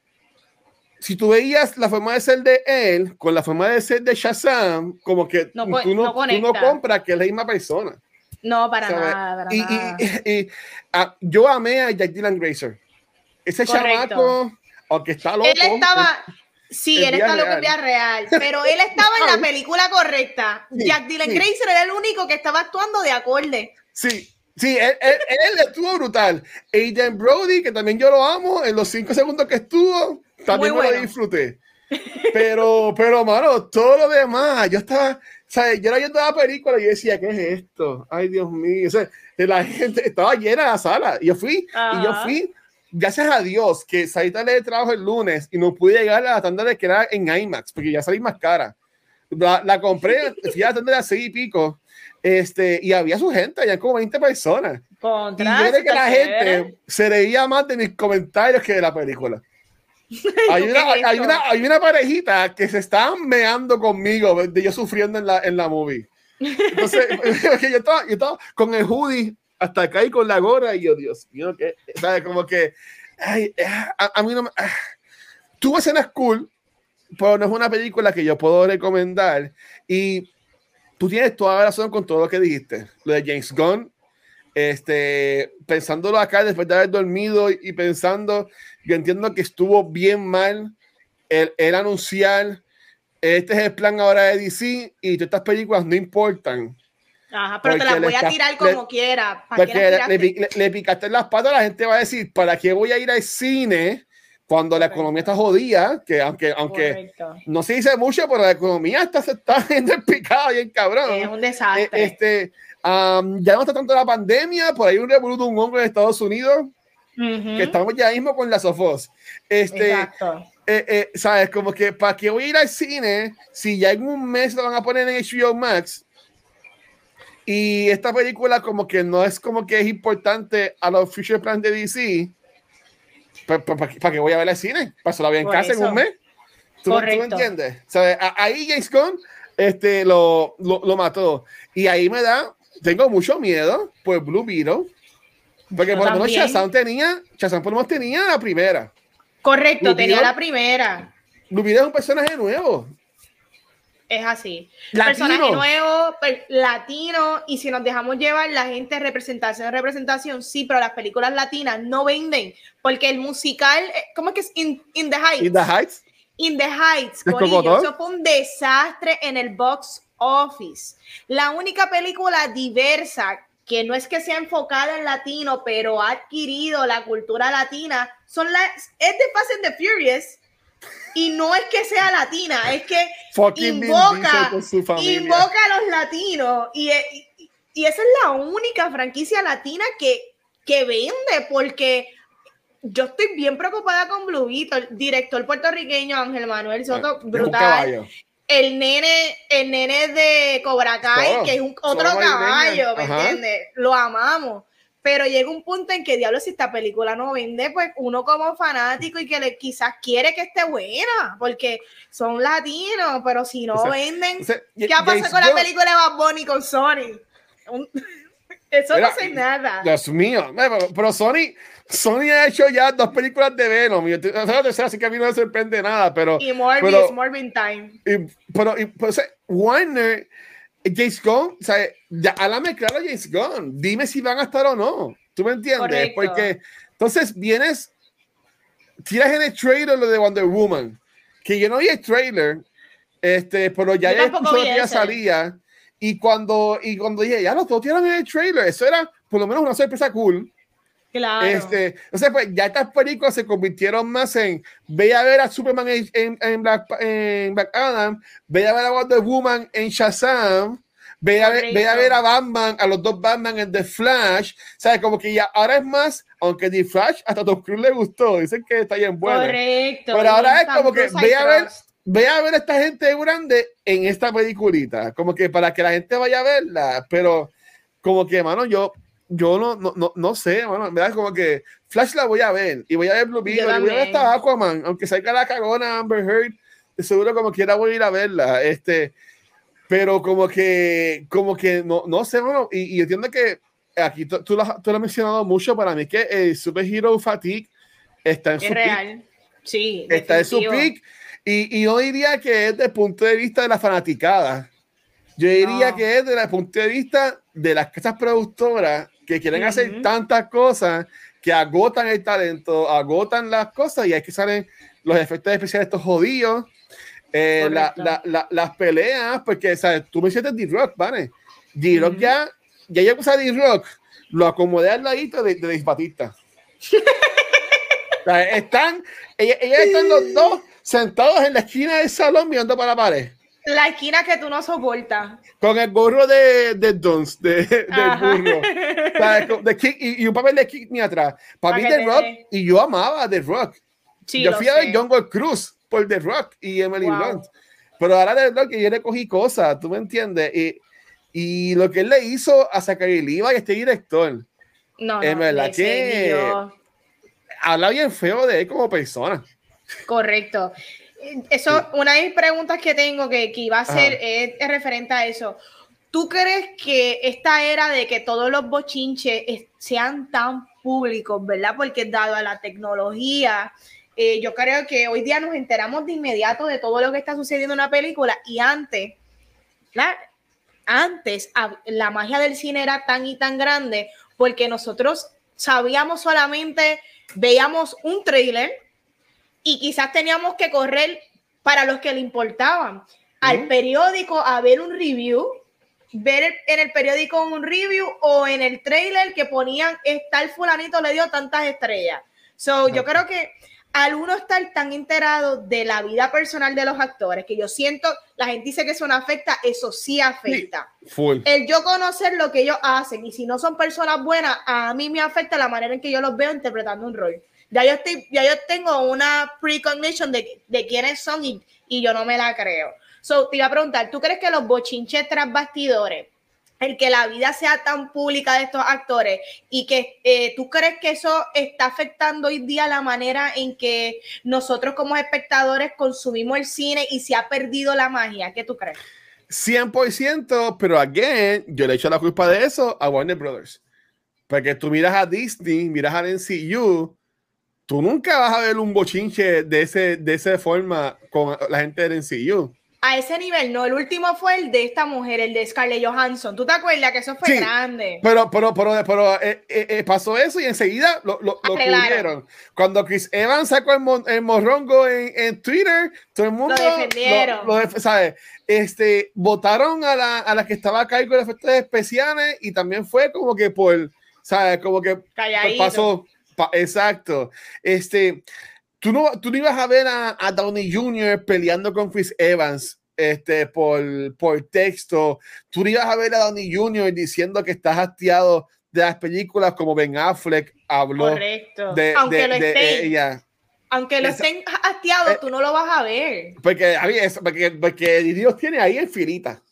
S2: Si tú veías la forma de ser de él con la forma de ser de Shazam, como que
S1: no,
S2: tú, no,
S1: no
S2: tú no compras que es la misma persona.
S1: No, para ¿sabes? nada. Para
S2: y,
S1: nada.
S2: Y, y, y uh, yo amé a Jack Dylan Grazer. Ese Correcto. chamaco, aunque está loco.
S1: Él estaba, en, sí, él está loco en vida real, pero él estaba en la película correcta. Sí, Jack Dylan sí. Grazer era el único que estaba actuando de acorde.
S2: Sí. Sí, él, él, él estuvo brutal. Adrien Brody, que también yo lo amo, en los cinco segundos que estuvo, también bueno. me lo disfruté. Pero, pero, mano, todo lo demás, yo estaba, ¿sabes? Yo era viendo la película y yo decía, ¿qué es esto? Ay, Dios mío. O sea, la gente estaba llena la sala. Y yo fui, uh-huh. y yo fui, gracias a Dios, que salí tarde de trabajo el lunes y no pude llegar a la tanda de que era en IMAX, porque ya salí más cara. La, la compré, fui a la tanda de las seis y pico. Este, y había su gente, había como veinte personas.
S1: Contra,
S2: y yo creo que la gente se reía más de mis comentarios que de la película. Hay una, hay, una, hay una parejita que se estaban meando conmigo de yo sufriendo en la, en la movie. Entonces, yo estaba, yo estaba con el hoodie hasta acá y con la gorra y yo, Dios mío, que, ¿sabes? Como que, ay, a, a mí no me... Ah. Tuvo escenas cool, pero no es una película que yo puedo recomendar. Y tú tienes toda la razón con todo lo que dijiste. Lo de James Gunn, este, pensándolo acá después de haber dormido y pensando, yo entiendo que estuvo bien mal el, el anunciar, este es el plan ahora de D C y todas estas películas no importan.
S1: Ajá, pero te las voy a tirar como
S2: le,
S1: quiera.
S2: Porque le, le, le, le picaste en las patas, la gente va a decir, ¿para qué voy a ir al cine cuando la economía está jodida? Que aunque, aunque no se dice mucho, pero la economía está, se está viendo picada bien cabrón.
S1: Es un desastre.
S2: Eh, este, um, ya no está tanto la pandemia, por ahí un revoluto, un hombre en Estados Unidos, uh-huh. que estamos ya mismo con la Sofos. Este,
S1: Exacto.
S2: Eh, eh, ¿sabes? Como que ¿para qué voy a ir al cine si ya en un mes lo van a poner en H B O Max? Y esta película como que no es como que es importante a los future plans de D C. ¿Para pa, pa, pa qué voy a ver al cine? ¿Para eso la voy en Por casa eso. en un mes? ¿Tú, ¿Tú me entiendes? ¿Sabes? Ahí James Gunn este, lo, lo, lo mató. Y ahí me da, tengo mucho miedo por Blue Beetle. Porque Yo por lo menos Shazam tenía, Shazam por lo menos tenía la primera.
S1: Correcto,
S2: Blue
S1: tenía
S2: Beetle,
S1: la primera.
S2: Blue Beetle es un personaje nuevo.
S1: Es así.
S2: Latino.
S1: Personaje nuevo, latino, y si nos dejamos llevar la gente representación, representación, sí, pero las películas latinas no venden, porque el musical, ¿cómo es que es? In, in the Heights.
S2: In the Heights.
S1: In the Heights, corillo, eso fue un desastre en el box office. La única película diversa que no es que sea enfocada en latino, pero ha adquirido la cultura latina, son las, es de Fast and the Furious, y no es que sea latina, es que Fucking invoca, invoca a los latinos, y, y, y esa es la única franquicia latina que, que vende, porque yo estoy bien preocupada con Blue Beetle, el director puertorriqueño Ángel Manuel Soto, brutal. El nene, el nene de Cobra Kai, oh, que es un, otro caballo, ¿me Ajá. entiendes? Lo amamos. Pero llega un punto en que, diablo, si esta película no vende, pues uno como fanático y que le, quizás quiere que esté buena, porque son latinos, pero si no o sea, venden, o sea, ¿qué ha pasado con la película de Bad Bunny con Sony? Un... Eso Mira, no sé nada.
S2: Dios mío. Pero Sony, Sony ha hecho ya dos películas de Venom. Y la tercera, así que a mí no me sorprende nada. Pero,
S1: y Morbius, Morbin Time.
S2: Y, pero, y, pues, Warner, James Gunn, o sea, ya háblame claro, James Gunn. Dime si van a estar o no. ¿Tú me entiendes? Correcto. Porque entonces vienes, tiras en el trailer lo de Wonder Woman, que yo no vi el trailer, este, pero ya ya escuchó que ya salía. Y cuando, y cuando dije, ya los dos tiran en el trailer, eso era por lo menos una sorpresa cool.
S1: Claro.
S2: Este, entonces, pues ya estas películas se convirtieron más en ve a ver a Superman en, en, en, Black, en Black Adam, ve a ver a Wonder Woman en Shazam, ve a, ver, ve a ver a Batman, a los dos Batman en The Flash. ¿Sabes? Como que ya ahora es más, aunque The Flash hasta a Tom Cruise le gustó, dicen que está bien buena.
S1: Correcto.
S2: Pero ahora es como que ve a ver. Ve a ver a esta gente grande en esta peliculita, como que para que la gente vaya a verla, pero como que, mano, yo, yo no, no, no, no sé, mano, ¿verdad? Como que Flash la voy a ver, y voy a ver Blue Beetle, y voy a ver esta Aquaman, aunque salga la cagona Amber Heard, de seguro como quiera voy a ir a verla, este, pero como que, como que, no, no sé, mano, y, y entiendo que aquí tú, tú, lo, tú lo has mencionado mucho, para mí que el Superhero Fatigue está en
S1: es
S2: su
S1: real.
S2: peak.
S1: Sí,
S2: está definitivo. En su peak. Y, y yo diría que es desde el punto de vista de la fanaticada. Yo diría no. que es desde el punto de vista de las casas productoras que quieren uh-huh. hacer tantas cosas que agotan el talento, agotan las cosas y hay que salen los efectos especiales estos jodidos, eh, la, la, la, las peleas, porque ¿sabes? Tú me sientes D-Rock, ¿vale? D-Rock uh-huh. ya, ya yo puse a D-Rock, lo acomodé al ladito de, de Dave Bautista. O sea, están, ellos, ellos están los dos sentados en la esquina del salón mirando para la pared.
S1: La esquina que tú no soportas.
S2: Con el gorro de, de Dunst, de, del burro. O sea, de Kick, y, y un papel de Kick me atrás. Para mí, The Rock, de... y yo amaba The Rock. Sí, yo fui a ver Jungle Cruise por The Rock y Emily wow. Blunt. Pero ahora The Rock, yo le cogí cosas, ¿tú me entiendes? Y, y lo que él le hizo a Zachary Levi, este director.
S1: No,
S2: es
S1: no,
S2: verdad que
S1: yo...
S2: habla bien feo de él como persona.
S1: Correcto. Eso, sí. Una de mis preguntas que tengo que, que iba a hacer es, es referente a eso. ¿Tú crees que esta era de que todos los bochinches es, sean tan públicos, verdad? Porque dado a la tecnología, eh, yo creo que hoy día nos enteramos de inmediato de todo lo que está sucediendo en una película y antes, ¿verdad? Antes la magia del cine era tan y tan grande porque nosotros sabíamos solamente, veíamos un tráiler y quizás teníamos que correr para los que le importaban al uh-huh. periódico a ver un review, ver el, en el periódico un review o en el trailer que ponían tal fulanito le dio tantas estrellas. So, uh-huh. Yo creo que al uno estar tan enterado de la vida personal de los actores, que yo siento, la gente dice que eso no afecta, eso sí afecta.
S2: Sí, full.
S1: El yo conocer lo que ellos hacen y si no son personas buenas, a mí me afecta la manera en que yo los veo interpretando un rol. Ya yo, estoy, ya yo tengo una precognition de, de quiénes son y, y yo no me la creo. So, te iba a preguntar, ¿tú crees que los bochinches tras bastidores, el que la vida sea tan pública de estos actores y que eh, tú crees que eso está afectando hoy día la manera en que nosotros como espectadores consumimos el cine y se ha perdido la magia? ¿Qué tú crees?
S2: cien por ciento, pero again, yo le echo la culpa de eso a Warner Brothers. Porque tú miras a Disney, miras al M C U, tú nunca vas a ver un bochinche de, ese, de esa forma con la gente del M C U.
S1: A ese nivel, no. El último fue el de esta mujer, el de Scarlett Johansson. ¿Tú te acuerdas que eso fue sí, grande?
S2: Pero, pero, pero, pero eh, eh, pasó eso y enseguida lo, lo, lo cubrieron. Cuando Chris Evans sacó el, mon, el morrongo en, en Twitter, todo el mundo
S1: lo defendieron.
S2: Lo, lo, ¿sabes? Este, votaron a la, a la que estaba a cargo de efectos especiales y también fue como que por, ¿sabes? Como que
S1: calladito.
S2: Pasó. Pa, exacto. Este, tú no, tú no ibas a ver a, a Downey junior peleando con Chris Evans este, por, por texto. Tú no ibas a ver a Downey junior diciendo que estás hastiado de las películas como Ben Affleck habló.
S1: Correcto.
S2: De,
S1: Aunque
S2: de,
S1: lo
S2: de,
S1: estén.
S2: de ella.
S1: Aunque lo
S2: Esa,
S1: estén hastiados,
S2: eh,
S1: tú no lo vas a ver.
S2: Porque, porque, porque Dios tiene ahí en filita.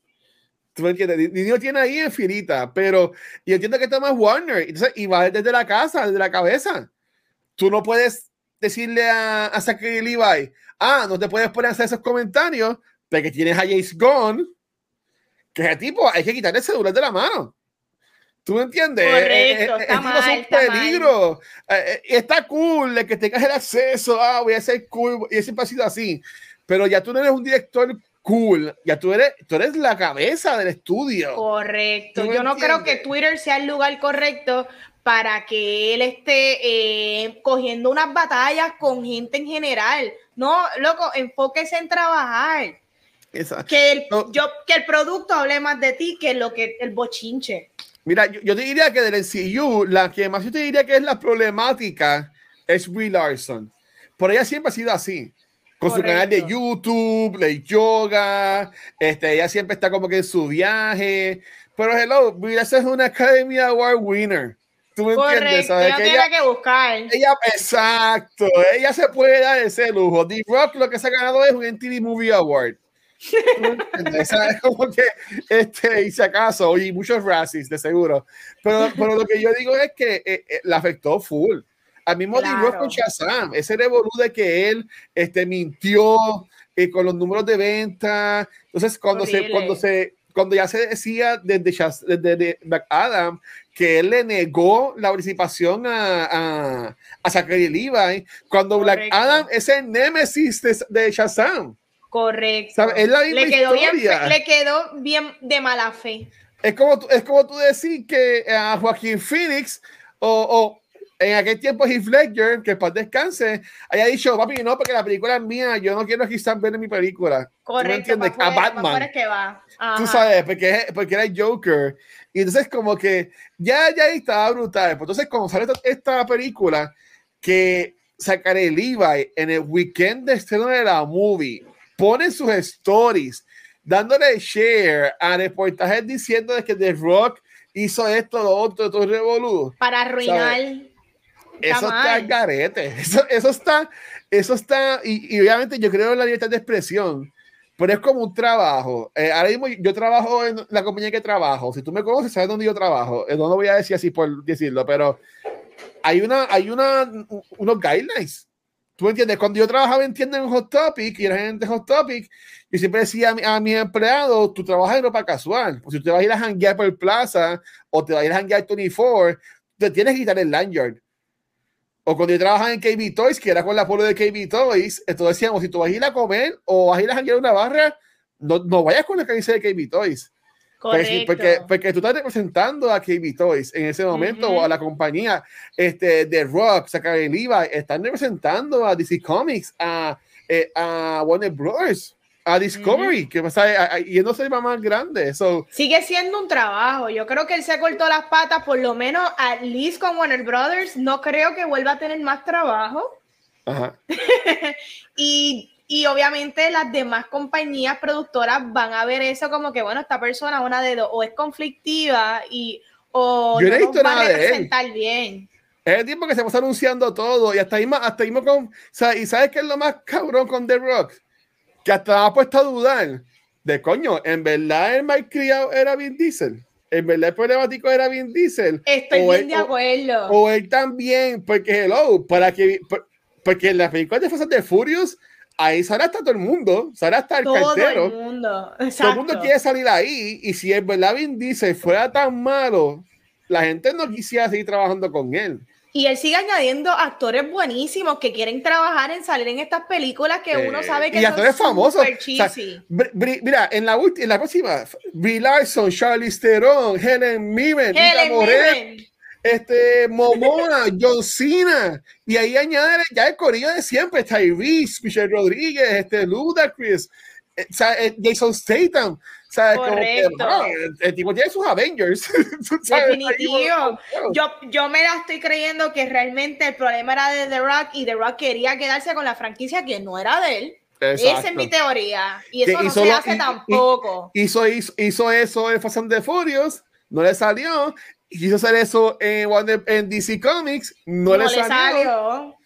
S2: ¿Tú me entiendes? Dios tiene ahí en filita, pero yo entiendo que esto es Warner. Entonces, y va desde la casa, desde la cabeza. Tú no puedes decirle a, a Zachary Levi, ah, no te puedes poner a hacer esos comentarios porque tienes a James Gunn, que ese tipo hay que quitarle el celular de la mano. ¿Tú me entiendes?
S1: Correcto, está mal,
S2: es un
S1: está
S2: peligro. Eh, está cool de que tengas el acceso. Ah, voy a ser cool. Y siempre ha sido así. Pero ya tú no eres un director cool. Ya tú eres, tú eres la cabeza del estudio.
S1: Correcto. Yo no creo que Twitter sea el lugar correcto para que él esté eh, cogiendo unas batallas con gente en general. No, loco, enfóquese en trabajar.
S2: Exacto.
S1: Que el, no. yo, que el producto hable más de ti que lo que el bochinche.
S2: Mira, yo, yo te diría que del M C U, la que más yo te diría que es la problemática es Brie Larson. Por ella siempre ha sido así. Con Correcto. Su canal de YouTube, de yoga, este, ella siempre está como que en su viaje. Pero hello, Brie Larson es una Academy Award winner. ¿Tú me
S1: Correcto,
S2: entiendes? ¿Sabes?
S1: No
S2: que
S1: tiene
S2: ella,
S1: que buscar.
S2: Ella, exacto, ella se puede dar ese lujo. The Rock lo que se ha ganado es un M T V Movie Award. ¿Sabes? Como que este, y si acaso, y muchos racis de seguro, pero, pero lo que yo digo es que eh, eh, la afectó full. Al mismo claro. Rock con Shazam, ese revolú de que él este, mintió eh, con los números de venta. Entonces, cuando se, cuando se, cuando ya se decía desde, Shaz, desde, desde Black Adam que él le negó la participación a, a, a Zachary Levi, cuando Correcto. Black Adam es el némesis de, de Shazam.
S1: Correcto.
S2: ¿Sabes? Es la misma
S1: le, quedó
S2: historia.
S1: bien, le quedó bien de mala fe.
S2: Es como, tú, es como tú decir que a uh, Joaquín Phoenix o, o en aquel tiempo Heath Ledger, que para descanse, haya dicho, papi, no, porque la película es mía, yo no quiero que están viendo mi película.
S1: Correcto,
S2: ¿tú a Batman.
S1: Que va.
S2: Tú sabes, porque, porque era el Joker. Y entonces como que ya, ya estaba brutal. Entonces cuando sale esta, esta película, que sacaré Levi en el weekend de estreno de la movie, ponen sus stories dándole share a reportajes diciendo de que The Rock hizo esto, lo otro, todo el revolú.
S1: Para arruinar.
S2: Está eso mal. Está al garete. Eso, eso está, eso está, y, y obviamente yo creo en la libertad de expresión, pero es como un trabajo. Eh, ahora mismo yo trabajo en la compañía que trabajo. Si tú me conoces, sabes dónde yo trabajo. No lo voy a decir así por decirlo, pero hay una, hay una, unos guidelines. ¿Tú entiendes? Cuando yo trabajaba en tienda en Hot Topic y era gente de Hot Topic, yo siempre decía a, mi, a mis empleados, tú trabajas en ropa casual. Pues si tú te vas a ir a janguear por el plaza o te vas a ir a janguear veinticuatro, te tienes que quitar el lanyard. O cuando yo trabajaba en K B Toys, que era con la polo de K B Toys, entonces decíamos, si tú vas a ir a comer o vas a ir a janguear una barra, no, no vayas con la camisa de K B Toys. Correcto. Porque, porque tú estás representando a K B Toys en ese momento, uh-huh. o a la compañía este, de Rock, Zachary Levi, están representando a D C Comics, a, eh, a Warner Bros., a Discovery, uh-huh. que pasa yéndose para más grande. So,
S1: sigue siendo un trabajo. Yo creo que él se cortó las patas, por lo menos, at least con Warner Brothers. No creo que vuelva a tener más trabajo.
S2: Ajá.
S1: y Y obviamente las demás compañías productoras van a ver eso como que, bueno, esta persona una de dos, o es conflictiva y o
S2: Yo no,
S1: no
S2: he visto
S1: nos va
S2: nada
S1: a representar
S2: de él.
S1: bien.
S2: Es el tiempo que se está anunciando todo y hasta ahí, hasta ahí con, o sea, y sabes qué es lo más cabrón con The Rock, que hasta ha puesto a dudar de coño, en verdad el malcriado era Vin Diesel. En verdad el problemático era Vin Diesel.
S1: Estoy
S2: o
S1: bien
S2: él,
S1: de acuerdo.
S2: O, o él también, porque hello, para que porque en las películas de Fast and the Furious ahí sale hasta todo el mundo, sale hasta el
S1: todo
S2: cartero.
S1: El mundo.
S2: Todo el mundo quiere salir ahí. Y si en verdad Vin Diesel fuera tan malo, la gente no quisiera seguir trabajando con él.
S1: Y él sigue añadiendo actores buenísimos que quieren trabajar en salir en estas películas que eh, uno sabe que
S2: y actores famosos.
S1: Super cheesy.
S2: O sea, Bri, mira, en la, en la próxima, Brie Larson, Charlize Theron, Helen Mirren, Rita Moreno, este, Momoa, John Cena, y ahí añaden ya el corillo de siempre, Tyrese, Michelle Rodríguez, este, Ludacris, eh, Jason Statham. ¿Sabes?
S1: Correcto.
S2: Como que, bro, el, el tipo tiene sus Avengers.
S1: Definitivo. Yo, yo me la estoy creyendo que realmente el problema era de The Rock y The Rock quería quedarse con la franquicia que no era de él. Exacto. Esa es mi teoría. Y eso que no se lo, hace y, tampoco.
S2: Y, hizo, hizo, hizo eso en Fast and the Furious, no le salió. Y quiso hacer eso en, en D C Comics, no, no le salió. Le salió.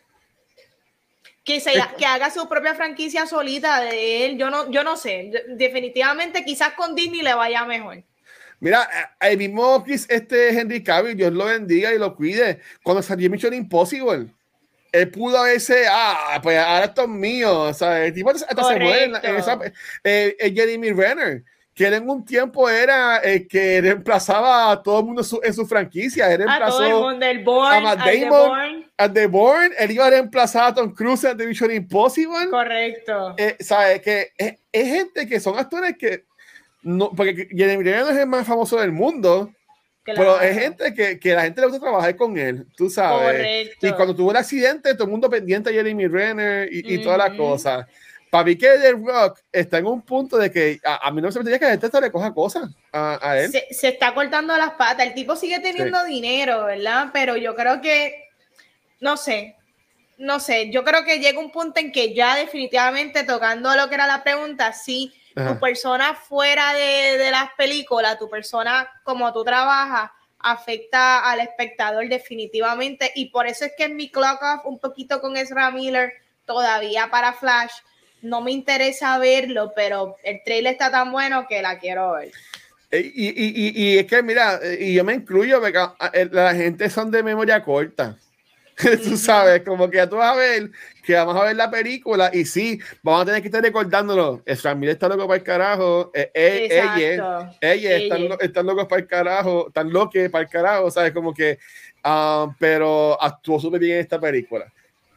S1: Que, se, que haga su propia franquicia solita de él, yo no, yo no sé, definitivamente quizás con Disney le vaya mejor.
S2: Mira, el mismo este Henry Cavill, Dios lo bendiga y lo cuide, cuando salió Mission Impossible, él pudo haberse, ah, pues ahora esto es mío, o sea, el tipo hasta Correcto. Se muere en, en esa, eh, eh, Jeremy Renner, que él en un tiempo era el que reemplazaba a todo el mundo en su, en su franquicia. Él reemplazó
S1: a todo el mundo, el Bourne,
S2: a Matt Damon, a The Bourne. Él iba a reemplazar a Tom Cruise en The Mission Impossible.
S1: Correcto.
S2: Eh, ¿Sabes? Que es, es gente que son actores que no, porque Jeremy Renner es el más famoso del mundo. Claro. Pero es gente que, que la gente le gusta trabajar con él, tú sabes.
S1: Correcto.
S2: Y cuando tuvo el accidente, todo el mundo pendiente de Jeremy Renner y, y mm-hmm. todas las cosas. Para mí que The Rock está en un punto de que a, a mí no se me tenía que la gente le coja cosas a, a él.
S1: Se, se está cortando las patas. El tipo sigue teniendo sí. dinero, ¿verdad? Pero yo creo que, no sé, no sé. Yo creo que llega un punto en que ya definitivamente, tocando lo que era la pregunta, sí, Ajá. tu persona fuera de, de las películas, tu persona como tú trabajas, afecta al espectador definitivamente, y por eso es que en mi clock off un poquito con Ezra Miller todavía para Flash no me interesa verlo, pero el trailer está tan bueno que la quiero ver.
S2: Y, y, y, y es que mira, y yo me incluyo porque la gente son de memoria corta. Tú sabes, como que ya tú vas a ver que vamos a ver la película y sí, vamos a tener que estar recordándolo. Ezra Miller está loco para el carajo. Eh, eh, ella, ella están, están locos para el carajo, están locos para el carajo, ¿sabes? Como que, um, pero actuó súper bien en esta película.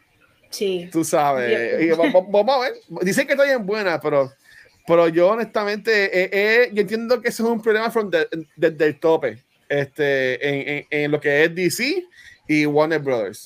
S1: Sí.
S2: Tú sabes. Y vamos, vamos a ver. Dicen que está bien buena, pero, pero yo honestamente, eh, eh, yo entiendo que ese es un problema desde de, de el tope este, en, en, en lo que es D C y Warner Brothers.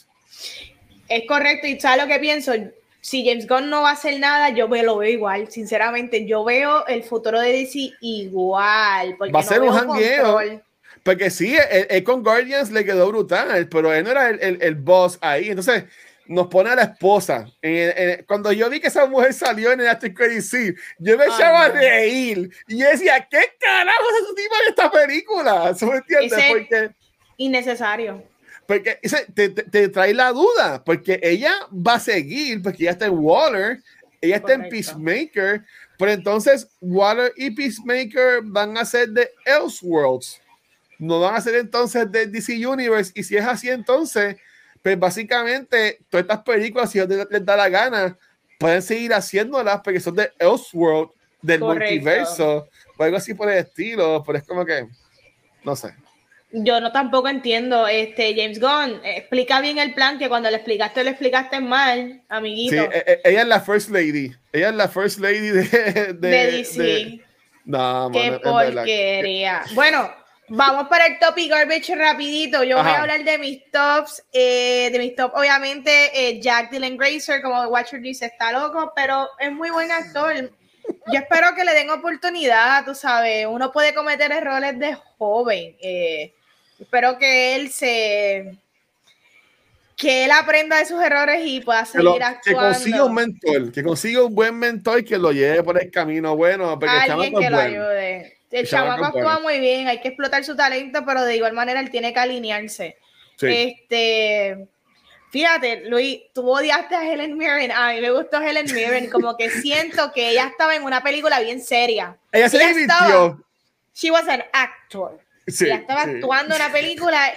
S1: Es correcto, y ¿sabes lo que pienso? Si James Gunn no va a hacer nada, yo me lo veo igual, sinceramente. Yo veo el futuro de D C igual. Porque
S2: va a ser
S1: no
S2: un jangueo. Porque sí, él, él con Guardians le quedó brutal, pero él no era el, el, el boss ahí. Entonces, nos pone a la esposa. En, en, cuando yo vi que esa mujer salió en el After Credit Scene, yo me echaba a reír. Y yo decía, ¿qué carajo es ese tipo en esta película? ¿Se me entiende?
S1: Ese
S2: porque
S1: innecesario.
S2: Porque ese, te, te, te trae la duda, porque ella va a seguir, porque ella está en Waller, ella está Correcto. en Peacemaker, pero entonces Waller y Peacemaker van a ser de Elseworlds, no van a ser entonces de D C Universe, y si es así entonces, pues básicamente todas estas películas, si les, les da la gana, pueden seguir haciéndolas porque son de Elseworld, del Correcto. multiverso, o algo así por el estilo, pero es como que, no sé.
S1: Yo no tampoco entiendo, este James Gunn, explica bien el plan, que cuando le explicaste, le explicaste mal, amiguito.
S2: Sí, ella es la First Lady, ella es la First Lady de, de,
S1: de D C. De...
S2: No,
S1: qué man, porquería. Bueno, vamos para el top y garbage rapidito. Yo Ajá. voy a hablar de mis tops, eh, de mis tops, obviamente, eh, Jack Dylan Grazer, como Watcher dice, está loco, pero es muy buen actor. Yo espero que le den oportunidad, tú sabes, uno puede cometer errores de joven. Eh, espero que él se... que él aprenda de sus errores y pueda seguir que lo, actuando.
S2: Que consiga un mentor, que consiga un buen mentor y que lo lleve por el camino bueno. Porque
S1: Alguien
S2: el
S1: que lo
S2: bueno.
S1: ayude. El, el chamaco actúa bueno. muy bien, hay que explotar su talento, pero de igual manera él tiene que alinearse. Sí. Este... Fíjate, Luis, tú odiaste a Helen Mirren. A mí me gustó Helen Mirren. Como que siento que ella estaba en una película bien seria.
S2: Ella se divirtió.
S1: She was an actor. Sí, ella estaba sí. actuando en una película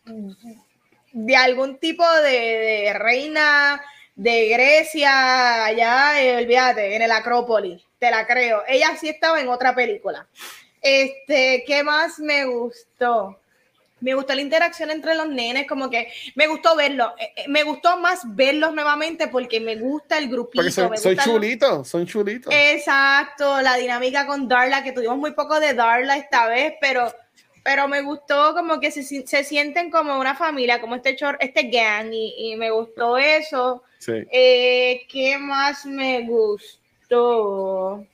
S1: de algún tipo de, de reina de Grecia, allá, eh, olvídate, en el Acrópolis. Te la creo. Ella sí estaba en otra película. Este, ¿qué más me gustó? Me gustó la interacción entre los nenes, como que me gustó verlo. Eh, me gustó más verlos nuevamente porque me gusta el grupito.
S2: Porque son,
S1: me
S2: son
S1: gusta
S2: chulitos, los... son chulitos.
S1: Exacto, la dinámica con Darla, que tuvimos muy poco de Darla esta vez, pero, pero me gustó como que se, se sienten como una familia, como este, chor, este gang, y, y me gustó eso.
S2: Sí.
S1: Eh, ¿Qué más me gustó?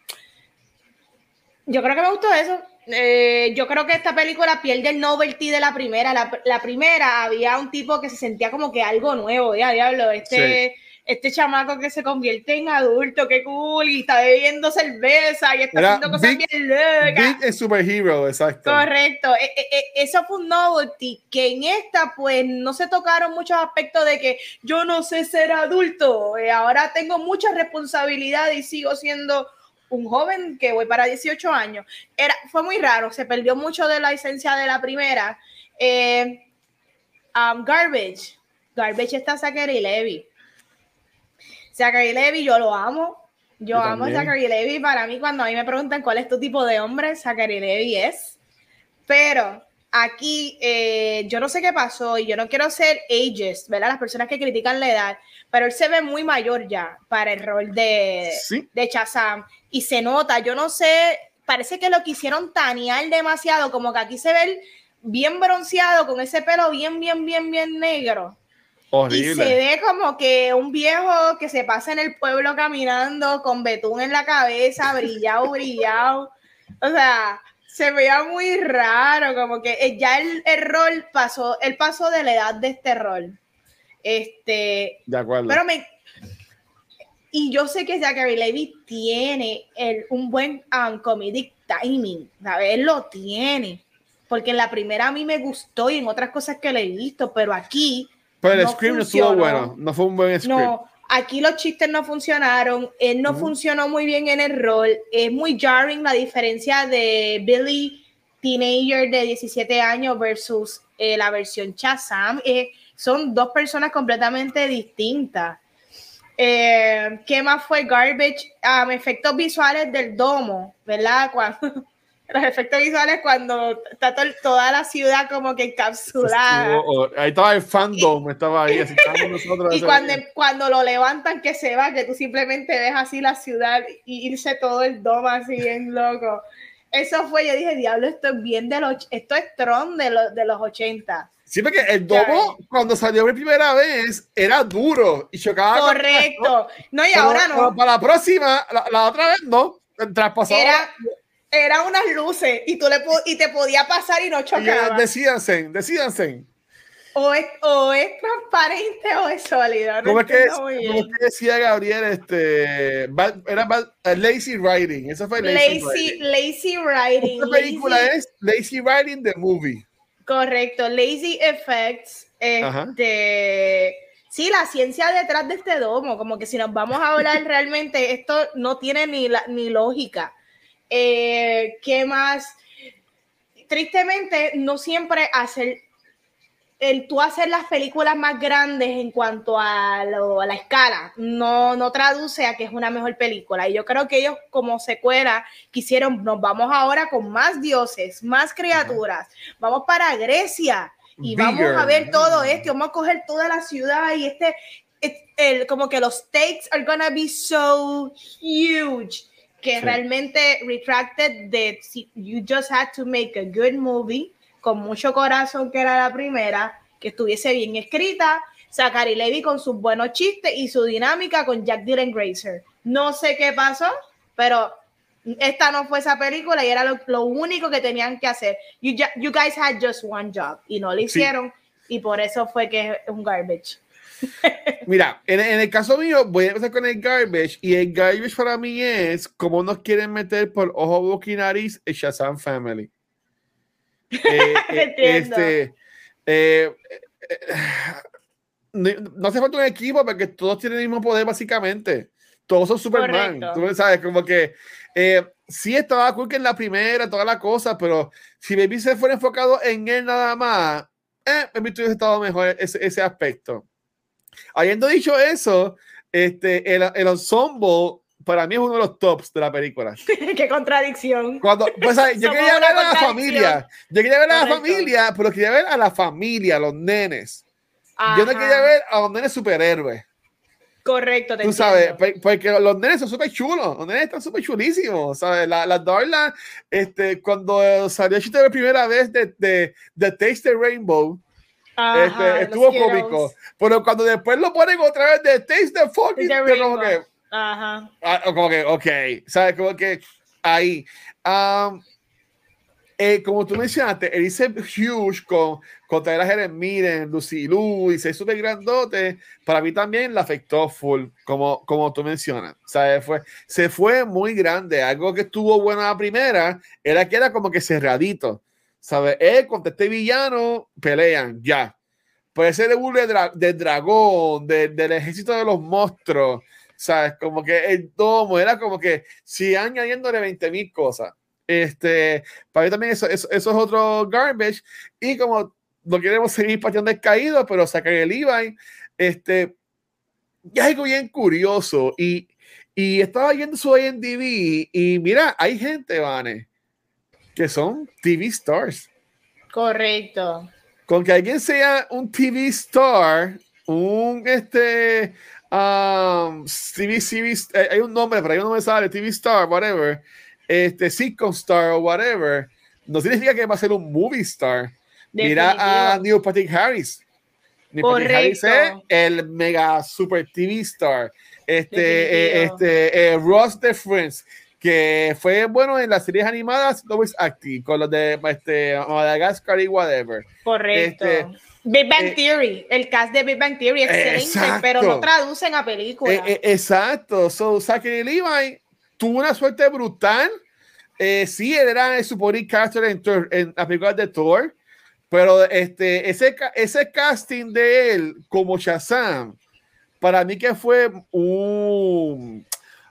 S1: Yo creo que me gustó eso. Eh, yo creo que esta película pierde el novelty de la primera. La, la primera había un tipo que se sentía como que algo nuevo, ya diablo, este, sí. este chamaco que se convierte en adulto, qué cool, y está bebiendo cerveza y está Era haciendo cosas big, bien locas.
S2: Big superhero, exacto.
S1: Correcto, eh, eh, eso fue un novelty, que en esta pues no se tocaron muchos aspectos de que yo no sé ser adulto, eh, ahora tengo mucha responsabilidad y sigo siendo un joven que voy para dieciocho años. Era, fue muy raro, se perdió mucho de la esencia de la primera. Eh, um, Garbage. Garbage está Zachary Levi. Zachary Levi, yo lo amo. Yo, Yo amo a Zachary Levi. Para mí, cuando a mí me preguntan cuál es tu tipo de hombre, Zachary Levi es. Pero aquí, eh, yo no sé qué pasó y yo no quiero ser ageist, ¿verdad? Las personas que critican la edad, pero él se ve muy mayor ya para el rol de, ¿sí? de Shazam. Y se nota, yo no sé, parece que lo quisieron tanear demasiado, como que aquí se ve bien bronceado, con ese pelo bien, bien, bien, bien negro. Horrible. Y se ve como que un viejo que se pasa en el pueblo caminando con betún en la cabeza, brillado, brillado. O sea, se veía muy raro, como que ya el, el rol pasó, él pasó de la edad de este rol. Este,
S2: de acuerdo.
S1: Pero me... Y yo sé que Zachary Levi tiene el, un buen um, comedic timing, ¿sabes? Él lo tiene. Porque en la primera a mí me gustó y en otras cosas que le he visto, pero aquí...
S2: Pero el no script no estuvo bueno, no fue un buen script.
S1: No, aquí los chistes no funcionaron, él no uh-huh. funcionó muy bien en el rol, es muy jarring la diferencia de Billy, teenager de diecisiete años versus eh, la versión Shazam, eh, son dos personas completamente distintas. Eh, ¿Qué más fue garbage? Um, efectos visuales del domo, ¿verdad? Cuando... Los efectos visuales cuando está to toda la ciudad como que encapsulada.
S2: Ahí estaba el fandom, y, estaba ahí. Así nosotros
S1: y cuando, cuando lo levantan que se va, que tú simplemente ves así la ciudad y irse todo el domo así bien loco. Eso fue, yo dije, diablo, esto es bien de los, esto es Tron de, lo, de los ochenta.
S2: Sí, porque el domo cuando salió por primera vez era duro y chocaba.
S1: Correcto.
S2: Con...
S1: No, y
S2: pero,
S1: ahora no.
S2: Pero para la próxima, la, la otra vez no. Traspasaba.
S1: Era... Eran unas luces y tú le y te podía pasar y no chocaba.
S2: Decídanse, decídanse.
S1: O es, o es transparente o es sólido. No
S2: ¿Cómo, es que, ¿Cómo es que decía Gabriel? Este, bad, era bad, uh, lazy writing. Eso fue lazy,
S1: lazy
S2: writing.
S1: Lazy writing.
S2: Esta película lazy, es Lazy Writing the Movie.
S1: Correcto, lazy effects. Este, sí, la ciencia detrás de este domo. Como que si nos vamos a hablar realmente, esto no tiene ni, la, ni lógica. Eh, ¿Qué más? Tristemente, no siempre hacer el tú hacer las películas más grandes en cuanto a, lo, a la escala no, no traduce a que es una mejor película. Y yo creo que ellos, como secuela, quisieron, nos vamos ahora con más dioses, más criaturas, uh-huh. vamos para Grecia y Bigger. Vamos a ver todo esto, vamos a coger toda la ciudad y este, el, el, como que los stakes are gonna be so huge. Que sí. realmente retracted that you just had to make a good movie con mucho corazón, que era la primera, que estuviese bien escrita, Zachary Levi con sus buenos chistes y su dinámica con Jack Dylan Grazer. No sé qué pasó, pero esta no fue esa película y era lo, lo único que tenían que hacer. You, you guys had just one job y no lo hicieron sí. y por eso fue que es un garbage.
S2: Mira, en, en el caso mío voy a empezar con el garbage y el garbage para mí es cómo nos quieren meter por ojo, boca y nariz el Shazam Family. Eh, eh, este, eh, eh, no, no hace falta un equipo porque todos tienen el mismo poder básicamente. Todos son Superman. Correcto. Tú sabes, como que eh, sí estaba cool que en la primera, toda la cosa, pero si Baby se fuera enfocado en él nada más, eh, me hubiese estado mejor ese, ese aspecto. Habiendo dicho eso, este, el, el ensemble para mí es uno de los tops de la película.
S1: Qué contradicción.
S2: Cuando, pues, yo quería ver a la familia. Yo quería ver a Correcto. la familia, pero quería ver a la familia, a los nenes. Ajá. Yo no quería ver a los nenes superhéroes.
S1: Correcto, te
S2: Tú
S1: entiendo.
S2: sabes, porque los nenes son súper chulos. Los nenes están súper chulísimos. ¿Sabes? La, la Darla, este, cuando salió el chiste de primera vez de, de, de Taste the Rainbow, Ajá, este, estuvo cómico. Pero cuando después lo ponen otra vez de Taste the Fucking, como que,
S1: Ajá.
S2: como que, ok, ¿sabes? Como que ahí. Um, eh, como tú mencionaste, él dice huge con, con traer a Helen Mirren, Lucy Liu y se súper grandote. Para mí también la afectó full, como, como tú mencionas. ¿Sabes? Fue, se fue muy grande. Algo que estuvo bueno a la primera era que era como que cerradito. ¿Sabes? Él contra este villano pelean, ya. Puede ser de un de, dra de dragón, de, del ejército de los monstruos. ¿Sabes? Como que el domo era como que si añadiéndole veinte mil cosas. Este, para mí también eso, eso, eso es otro garbage. Y como no queremos seguir pateando el caído, pero sacar el Levi, este, y algo bien curioso. Y Y estaba viendo su I M D B y mira, hay gente, Vane, que son T V stars.
S1: Correcto.
S2: Con que alguien sea un T V star, un este, um, T V, T V, eh, hay un nombre, pero ahí no me sale, T V star, whatever, este, sitcom star o whatever, no significa que va a ser un movie star. Definitivo. Mira a Neil Patrick Harris. Neil Patrick Harris es el mega super T V star. Este, eh, este eh, Ross de Friends, que fue bueno en las series animadas, no es acting con los de este, Madagascar y whatever.
S1: Correcto. Este, Big Bang eh, Theory, el cast de Big Bang Theory, excelente, exacto. Pero no traducen a película.
S2: Eh, eh, exacto. So, Zachary Levi tuvo una suerte brutal. Eh, sí, él era el supporting character en, en la película de Thor, pero este, ese, ese casting de él como Shazam, para mí que fue un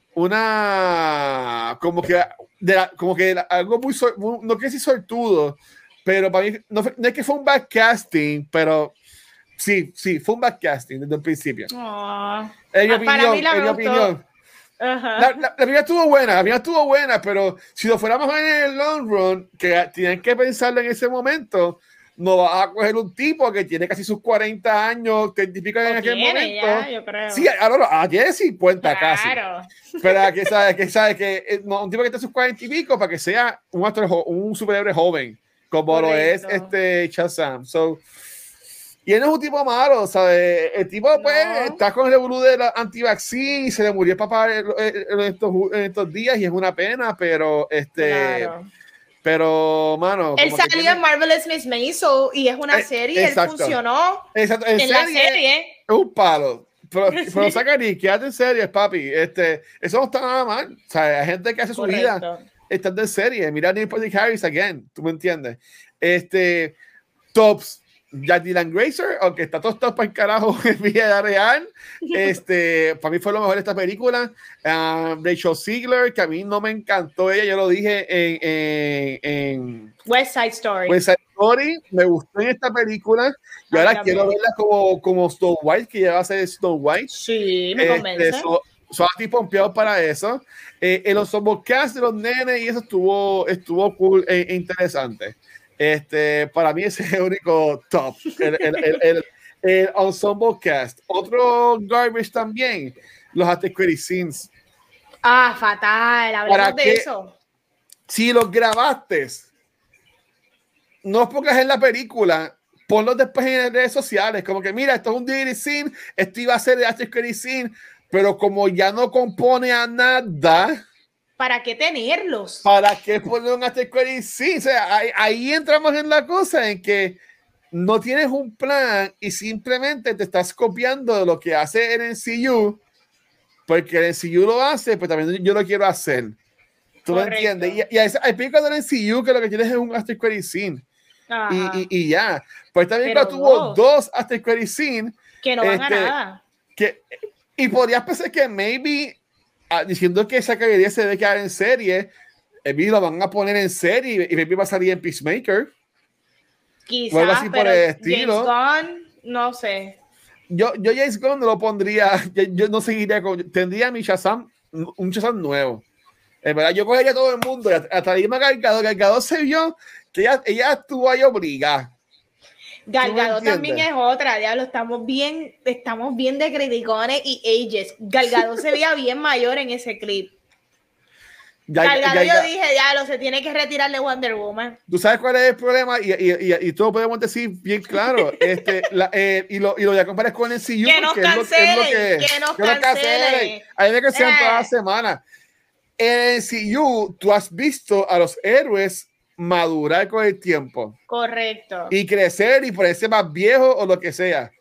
S2: una como que de la, como que algo muy, muy no que sí sortudo, pero para mí no, no es que fue un bad casting, pero sí, sí, fue un bad casting desde el principio.
S1: Oh,
S2: en mi opinión, en mi opinión. Uh-huh. La, la, la primera estuvo buena, la primera estuvo buena, pero si lo fuéramos en el long run, que tienen que pensarlo en ese momento, no vas a coger un tipo que tiene casi sus cuarenta años, que típica en aquel momento.
S1: Ya, yo creo.
S2: Sí, ahora a tiene cincuenta casi. Pero que sabe que sabe que no, un tipo que está a sus cuarenta y pico para que sea un actor, un superhéroe joven, como Correcto. Lo es este Shazam. So, y él no es un tipo malo, ¿sabes? El tipo pues no. está con el revolú de la anti-vaccine y se le murió el papá en estos, en estos días y es una pena, pero este. Claro. Pero, mano.
S1: Él salió tiene... en Marvelous Miss Maisel y es una serie, eh, él funcionó
S2: exacto. En,
S1: en
S2: serie,
S1: la serie.
S2: Es un palo. Pero, sí. pero Zachary, quédate en serie, papi. Este, eso no está nada mal. O sea, hay gente que hace su Correcto. Vida estando en serie. Mira a Neil Patrick Harris again. ¿Tú me entiendes? Este, tops. Jack Dylan Grazer, aunque está todo esto para el carajo en vida real, este, para mí fue lo mejor de esta película. Uh, Rachel Ziegler, que a mí no me encantó ella, yo lo dije en, en, en
S1: West Side Story.
S2: West Side Story, me gustó en esta película y ahora Ay, quiero verla como, como Snow White, que ya va a ser Snow White.
S1: Sí, me convence.
S2: Este, so, so, estoy pompeado para eso. Eh, en los cast de los nenes y eso estuvo, estuvo cool e, e interesante. Este, para mí ese es el único top, el, el, el, el, el ensemble cast. Otro garbage también, los after credit scenes.
S1: Ah, fatal, hablamos de eso.
S2: Si los grabaste, no es porque es en la película, ponlos después en las redes sociales, como que mira, esto es un D V D scene, esto iba a ser el after credit scene, pero como ya no compone a nada,
S1: ¿para qué tenerlos?
S2: ¿Para qué poner un after credit? Sí, o sea, ahí, ahí entramos en la cosa en que no tienes un plan y simplemente te estás copiando de lo que hace el M C U, porque el M C U lo hace, pues también yo lo quiero hacer. ¿Tú Correcto. Lo entiendes? Y, y hay películas del M C U que lo que tienes es un after credit scene. Y, y, y ya. Pues esta película tuvo dos, dos after credit scene.
S1: Que no van este, a nada.
S2: Que, y podrías pensar que maybe diciendo que esa caballería se debe quedar en serie, el video lo van a poner en serie y maybe va a salir en Peacemaker.
S1: Quizás, así pero por el estilo. James Gunn, no sé.
S2: Yo, yo James Gunn no lo pondría, yo, yo no seguiría con, tendría mi Shazam, un Shazam nuevo. En verdad, yo cogería a todo el mundo, hasta Lima Gargado, Gargado se vio que ella, ella estuvo ahí obligada.
S1: Gal Gadot también es otra, diablo, estamos bien, estamos bien de criticones y ages. Gal Gadot se veía bien mayor en ese clip. Ya, Gal Gadot, yo dije, diablo, se tiene que retirar de Wonder Woman.
S2: ¿Tú sabes cuál es el problema? Y, y, y, y todo podemos decir bien claro. este, la, eh, y, lo, y lo voy a comparar con el M C U.
S1: Que nos cancelen,
S2: es que,
S1: que nos que cancelen.
S2: A mí me cancelan eh. toda la semana. En el M C U, tú has visto a los héroes madurar con el tiempo.
S1: Correcto.
S2: Y crecer y ponerse más viejo o lo que sea.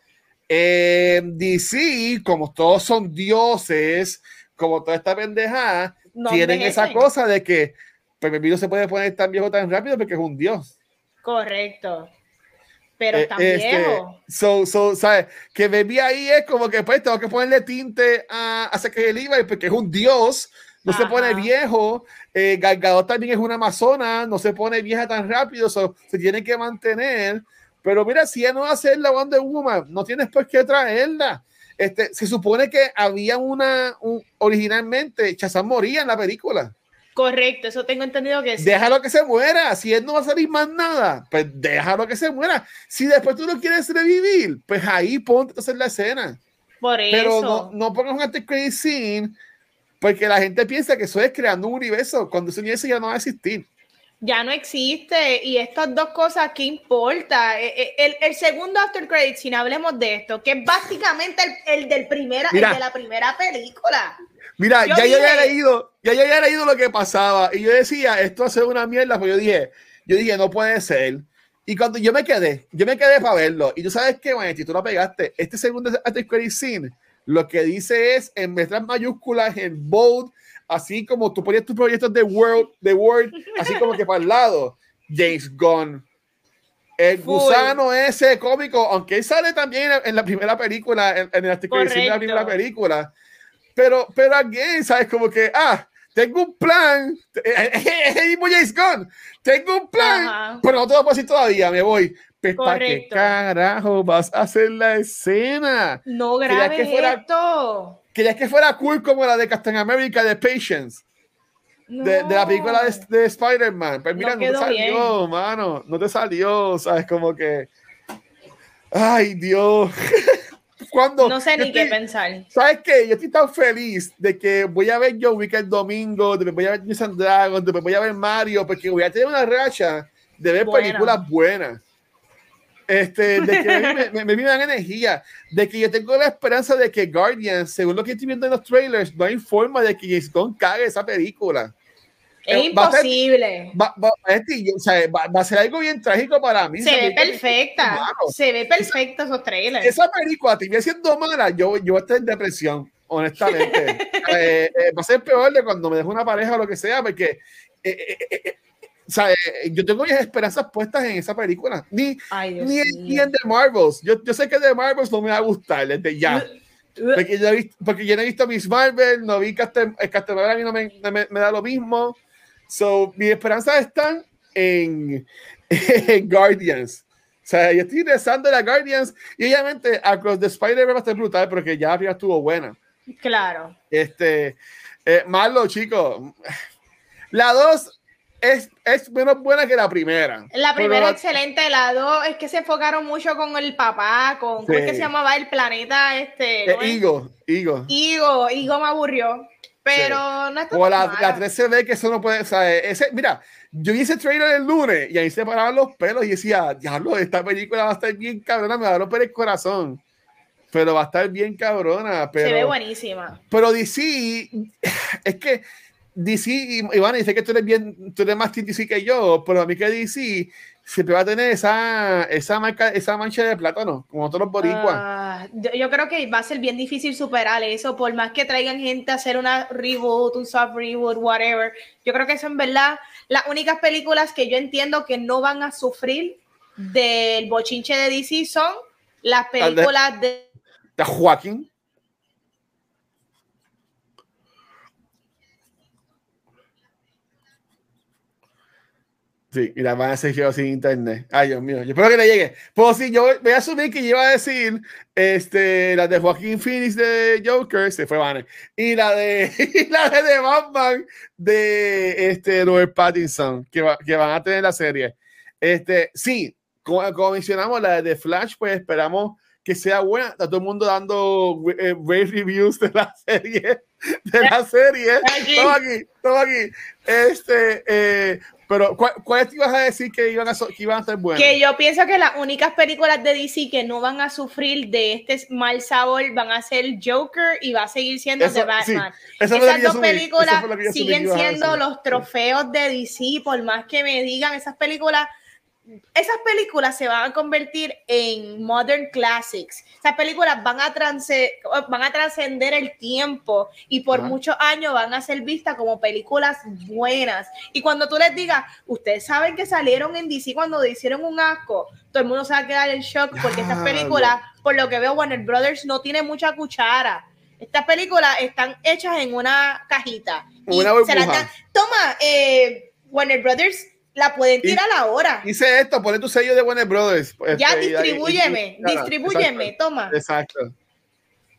S2: En D C, como todos son dioses, como toda esta pendejada, no tienen esa ese. cosa de que Pepe no se puede poner tan viejo tan rápido porque es un dios.
S1: Correcto. Pero eh, tan este, viejo.
S2: So, so, ¿sabes? Que Baby ahí es como que pues tengo que ponerle tinte a, a Zachary Levi porque es un dios. No Ajá. se pone viejo, eh, Gal Gadot también es una amazona, no se pone vieja tan rápido, so, se tiene que mantener. Pero mira, si ella no va a ser la Wonder Woman, no tienes por qué traerla. Este, se supone que había una, un, originalmente, Shazam moría en la película.
S1: Correcto, eso tengo entendido que sí.
S2: Déjalo que se muera. Si él no va a salir más nada, pues déjalo que se muera. Si después tú no quieres revivir, pues ahí ponte a hacer la escena.
S1: Por
S2: Pero
S1: eso.
S2: no, no pongas un after credit scene porque la gente piensa que eso es creando un universo cuando ese universo ya no va a existir.
S1: Ya no existe, y estas dos cosas, ¿qué importa? El, el, el segundo after credit, si no hablemos de esto, que es básicamente el, el, del primera, el de la primera película.
S2: Mira, yo ya dije, yo había leído, ya yo había leído lo que pasaba, y yo decía, esto hace una mierda, pues yo dije, yo dije, no puede ser. Y cuando yo me quedé, yo me quedé para verlo, y tú sabes qué, man, si tú lo pegaste, este segundo after credit scene, lo que dice es, en letras mayúsculas, en bold, así como tú ponías tus proyectos de Word, de Word, así como que para el lado, James Gunn. El Full. Gusano ese cómico, aunque él sale también en la primera película, en, en el artículo de la primera película, pero, pero again, ¿sabes? Como que, ah, tengo un plan, es mismo James Gunn, tengo un plan, ajá, pero no te lo puedo decir todavía, me voy. Pues, ¿para qué carajo vas a hacer la escena?
S1: No grabes que fuera, esto.
S2: Querías que fuera cool como la de Captain America de Patience. No. De, de la película de, de Spider-Man. Pero mira, no, no te salió, bien. mano. No te salió, ¿sabes? Como que... Ay, Dios. Cuando,
S1: no sé ni estoy, qué pensar.
S2: ¿Sabes qué? Yo estoy tan feliz de que voy a ver John Wick el domingo, de que voy a ver Dungeons and Dragons, de que voy a ver Mario, porque voy a tener una racha de ver Buena. películas buenas. Este, de que me, me, me, me dan energía, de que yo tengo la esperanza de que Guardians, según lo que estoy viendo en los trailers, no hay forma de que James Gunn cague esa película.
S1: Es eh, imposible.
S2: Va, va, va, o sea, va, va a ser algo bien trágico para mí.
S1: Se ve perfecta. Se ve perfecta esos trailers.
S2: Esa película, te voy siendo mala, yo, yo voy a estar en depresión, honestamente. eh, eh, va a ser peor de cuando me dejo una pareja o lo que sea, porque eh, eh, eh, o sea, yo tengo mis esperanzas puestas en esa película. Ni, Ay, ni, ni en The Marvels. Yo, yo sé que The Marvels no me va a gustar desde ya. Porque yo, he visto, porque yo no he visto Miss Marvel, no vi Captain Marvel, a mí no me, me, me da lo mismo. So, mis esperanzas están en, en Guardians. O sea, yo estoy rezando en la Guardians y obviamente Across the Spider-Man va a estar brutal porque ya arriba estuvo buena.
S1: Claro.
S2: Este, eh, malo, chicos. La dos es, es menos buena que la primera.
S1: La primera es excelente, la dos es que se enfocaron mucho con el papá, con sí. ¿cómo es que se llamaba el planeta? Este,
S2: eh, Igo, Igo.
S1: Igo, Igo me aburrió. Pero sí. no es
S2: O la, la tres se ve que eso no puede, o sea, ese, mira, yo hice trailer el lunes y ahí se paraban los pelos y decía, diablo, esta película va a estar bien cabrona, me va a romper el corazón. Pero va a estar bien cabrona. Pero,
S1: se ve buenísima.
S2: Pero D C, es que D C, Iván, dice que tú eres bien, tú eres más Team D C que yo, pero a mí que D C siempre va a tener esa, esa, marca, esa mancha de plátano, como todos los boricuas.
S1: Uh, yo, yo creo que va a ser bien difícil superar eso, por más que traigan gente a hacer una reboot, un soft reboot, whatever. Yo creo que eso en verdad, las únicas películas que yo entiendo que no van a sufrir del bochinche de D C son las películas de, de,
S2: de Joaquín. Sí, y la van a hacer yo sin internet. Ay, Dios mío, yo espero que le llegue. Pues sí, yo voy a asumir que iba a decir este, la de Joaquín Phoenix de Joker, se fue Banner. Y la de, y la de, de Batman de este, Robert Pattinson, que, va, que van a tener la serie. Este, sí, como, como mencionamos, la de Flash, pues esperamos que sea buena. Está todo el mundo dando eh, rave reviews de la serie. De la serie. Toma aquí, toma aquí. Este, eh, pero, ¿cuál, ¿cuál te ibas a decir que iban a, que iban a ser buenas?
S1: Que yo pienso que las únicas películas de D C que no van a sufrir de este mal sabor van a ser Joker y va a seguir siendo
S2: eso,
S1: The Batman.
S2: Sí,
S1: esas dos películas siguen siendo los trofeos de D C, por más que me digan, esas películas esas películas se van a convertir en modern classics. Esas películas van a trance, van a trascender el tiempo y por uh-huh. muchos años van a ser vistas como películas buenas. Y cuando tú les digas, ustedes saben que salieron en D C cuando hicieron un asco, todo el mundo se va a quedar en shock porque estas películas, por lo que veo, Warner Brothers no tiene mucha cuchara. Estas películas están hechas en una cajita. Y
S2: una
S1: se las dan, toma, eh, Warner Brothers la pueden tirar
S2: y,
S1: ahora.
S2: Hice esto, poné tu sello de Warner Brothers.
S1: Ya,
S2: este,
S1: distribúyeme,
S2: y, y,
S1: distribúyeme,
S2: exacto,
S1: toma.
S2: Exacto.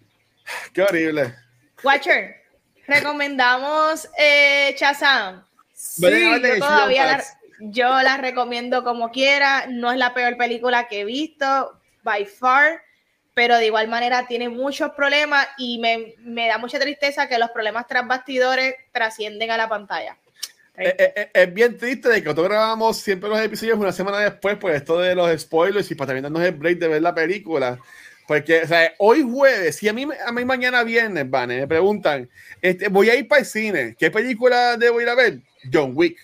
S2: Qué horrible.
S1: Watcher, recomendamos eh, Shazam. Sí, yo todavía la, yo la recomiendo como quiera. No es la peor película que he visto, by far, pero de igual manera tiene muchos problemas y me, me da mucha tristeza que los problemas tras bastidores trascienden a la pantalla.
S2: Es, es, es bien triste de que nosotros grabamos siempre los episodios una semana después por esto de los spoilers y para también darnos el break de ver la película. Porque, o sea, hoy jueves, y a mí, a mí mañana viernes, van, me preguntan, este, voy a ir para el cine, ¿qué película debo ir a ver? John Wick.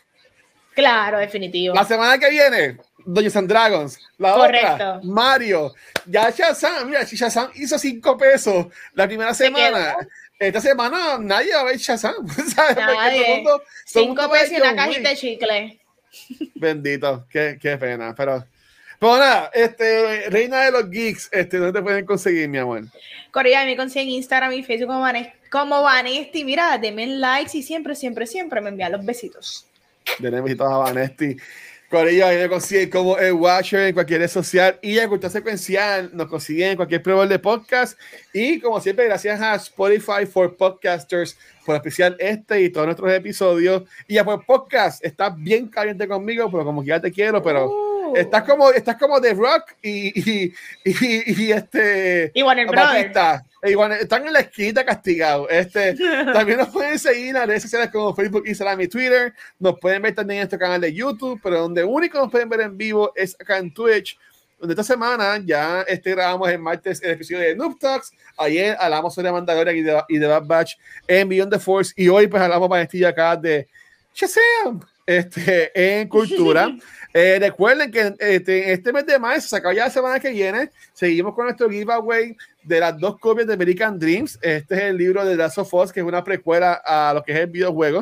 S1: Claro, definitivo.
S2: La semana que viene, Dungeons and Dragons. La
S1: Correcto.
S2: otra, Mario. Ya Shazam, mira, Shazam hizo cinco pesos la primera semana. Esta semana nadie va a ver Shazam. ¿Sabes?
S1: Nadie.
S2: Todo mundo,
S1: cinco pesos y una cajita de chicle.
S2: Bendito, qué, qué pena, pero... Pero nada, este, Reina de los Geeks, este, ¿dónde te pueden conseguir, mi amor?
S1: Correa, me consiguen Instagram y Facebook como, Vanes, como Vanesti. Mira, denme likes y siempre, siempre, siempre me envían los besitos. Denme
S2: besitos a Vanesti. Correa, ahí me consiguen como el Watcher en cualquier red social y a Cultura Secuencial nos consiguen en cualquier proveedor de podcast. Y como siempre, gracias a Spotify for Podcasters por especial este y todos nuestros episodios. Y a por podcast, estás bien caliente conmigo, pero como que ya te quiero, pero... Uh. Estás como, estás como The Rock y, y, y, y este
S1: y Warner Brothers.
S2: Igual, están en la esquina castigados. Este, también nos pueden seguir en las redes sociales como Facebook, Instagram y Twitter. Nos pueden ver también en nuestro canal de YouTube, pero donde único nos pueden ver en vivo es acá en Twitch, donde esta semana ya este, grabamos el martes el episodio de Noob Talks. Ayer hablamos sobre Mandalorian y de, y de Bad Batch en Beyond the Force, y hoy pues hablamos para estilla acá de Shazam, este, en Cultura. Eh, recuerden que este, este mes de mayo se acaba ya la semana que viene. Seguimos con nuestro giveaway de las dos copias de American Dreams. Este es el libro de The Last of Us, que es una precuela a lo que es el videojuego.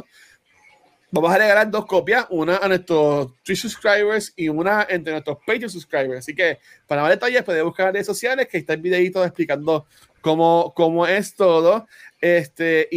S2: Vamos a regalar dos copias, una a nuestros Twitch subscribers y una entre nuestros Patreon subscribers. Así que para más detalles pueden buscar en redes sociales, que está el videito explicando cómo, cómo es todo. Este,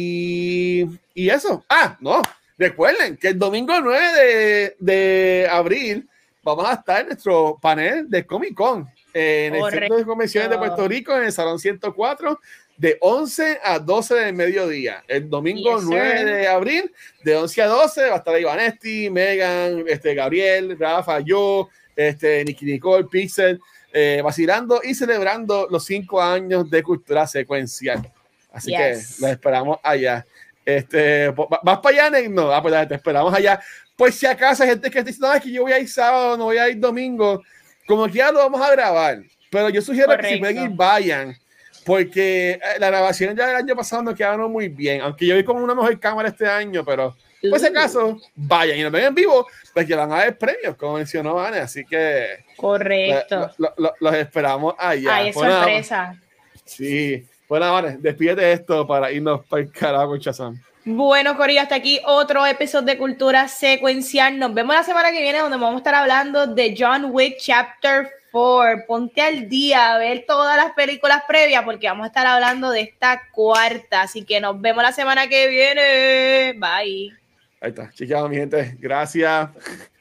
S2: y, y eso. Ah, no. Recuerden que el domingo nueve de, de abril vamos a estar en nuestro panel de Comic Con en el Centro de Convenciones de Puerto Rico, en el Salón ciento cuatro, de once a doce del mediodía. El domingo yes, nueve sir. de abril, de once a doce, va a estar ahí Vanesti, Megan, este, Gabriel, Rafa, yo, este, Nicky Nicole, Pixel, eh, vacilando y celebrando los cinco años de Cultura Secuencial. Así yes. que los esperamos allá. Este, ¿vas para allá, no? Ah, pues te esperamos allá. Pues si acaso hay gente que dice, no, es que yo voy a ir sábado, no voy a ir domingo, como que ya lo vamos a grabar, pero yo sugiero Correcto. que si pueden ir, vayan, porque la grabación ya del año pasado no quedaron muy bien, aunque yo vi con una mejor cámara este año, pero pues si acaso, vayan y nos ven en vivo, porque van a haber premios, como mencionó Vane, así que
S1: Correcto.
S2: Lo, lo, los esperamos allá.
S1: Ay, es sorpresa.
S2: Sí. Bueno, vale, despídete esto para irnos para el carajo con Shazam.
S1: Bueno, Corillo, hasta aquí otro episodio de Cultura Secuencial. Nos vemos la semana que viene, donde vamos a estar hablando de John Wick Chapter cuatro. Ponte al día a ver todas las películas previas, porque vamos a estar hablando de esta cuarta. Así que nos vemos la semana que viene. Bye.
S2: Ahí está. Chicos, mi gente. Gracias.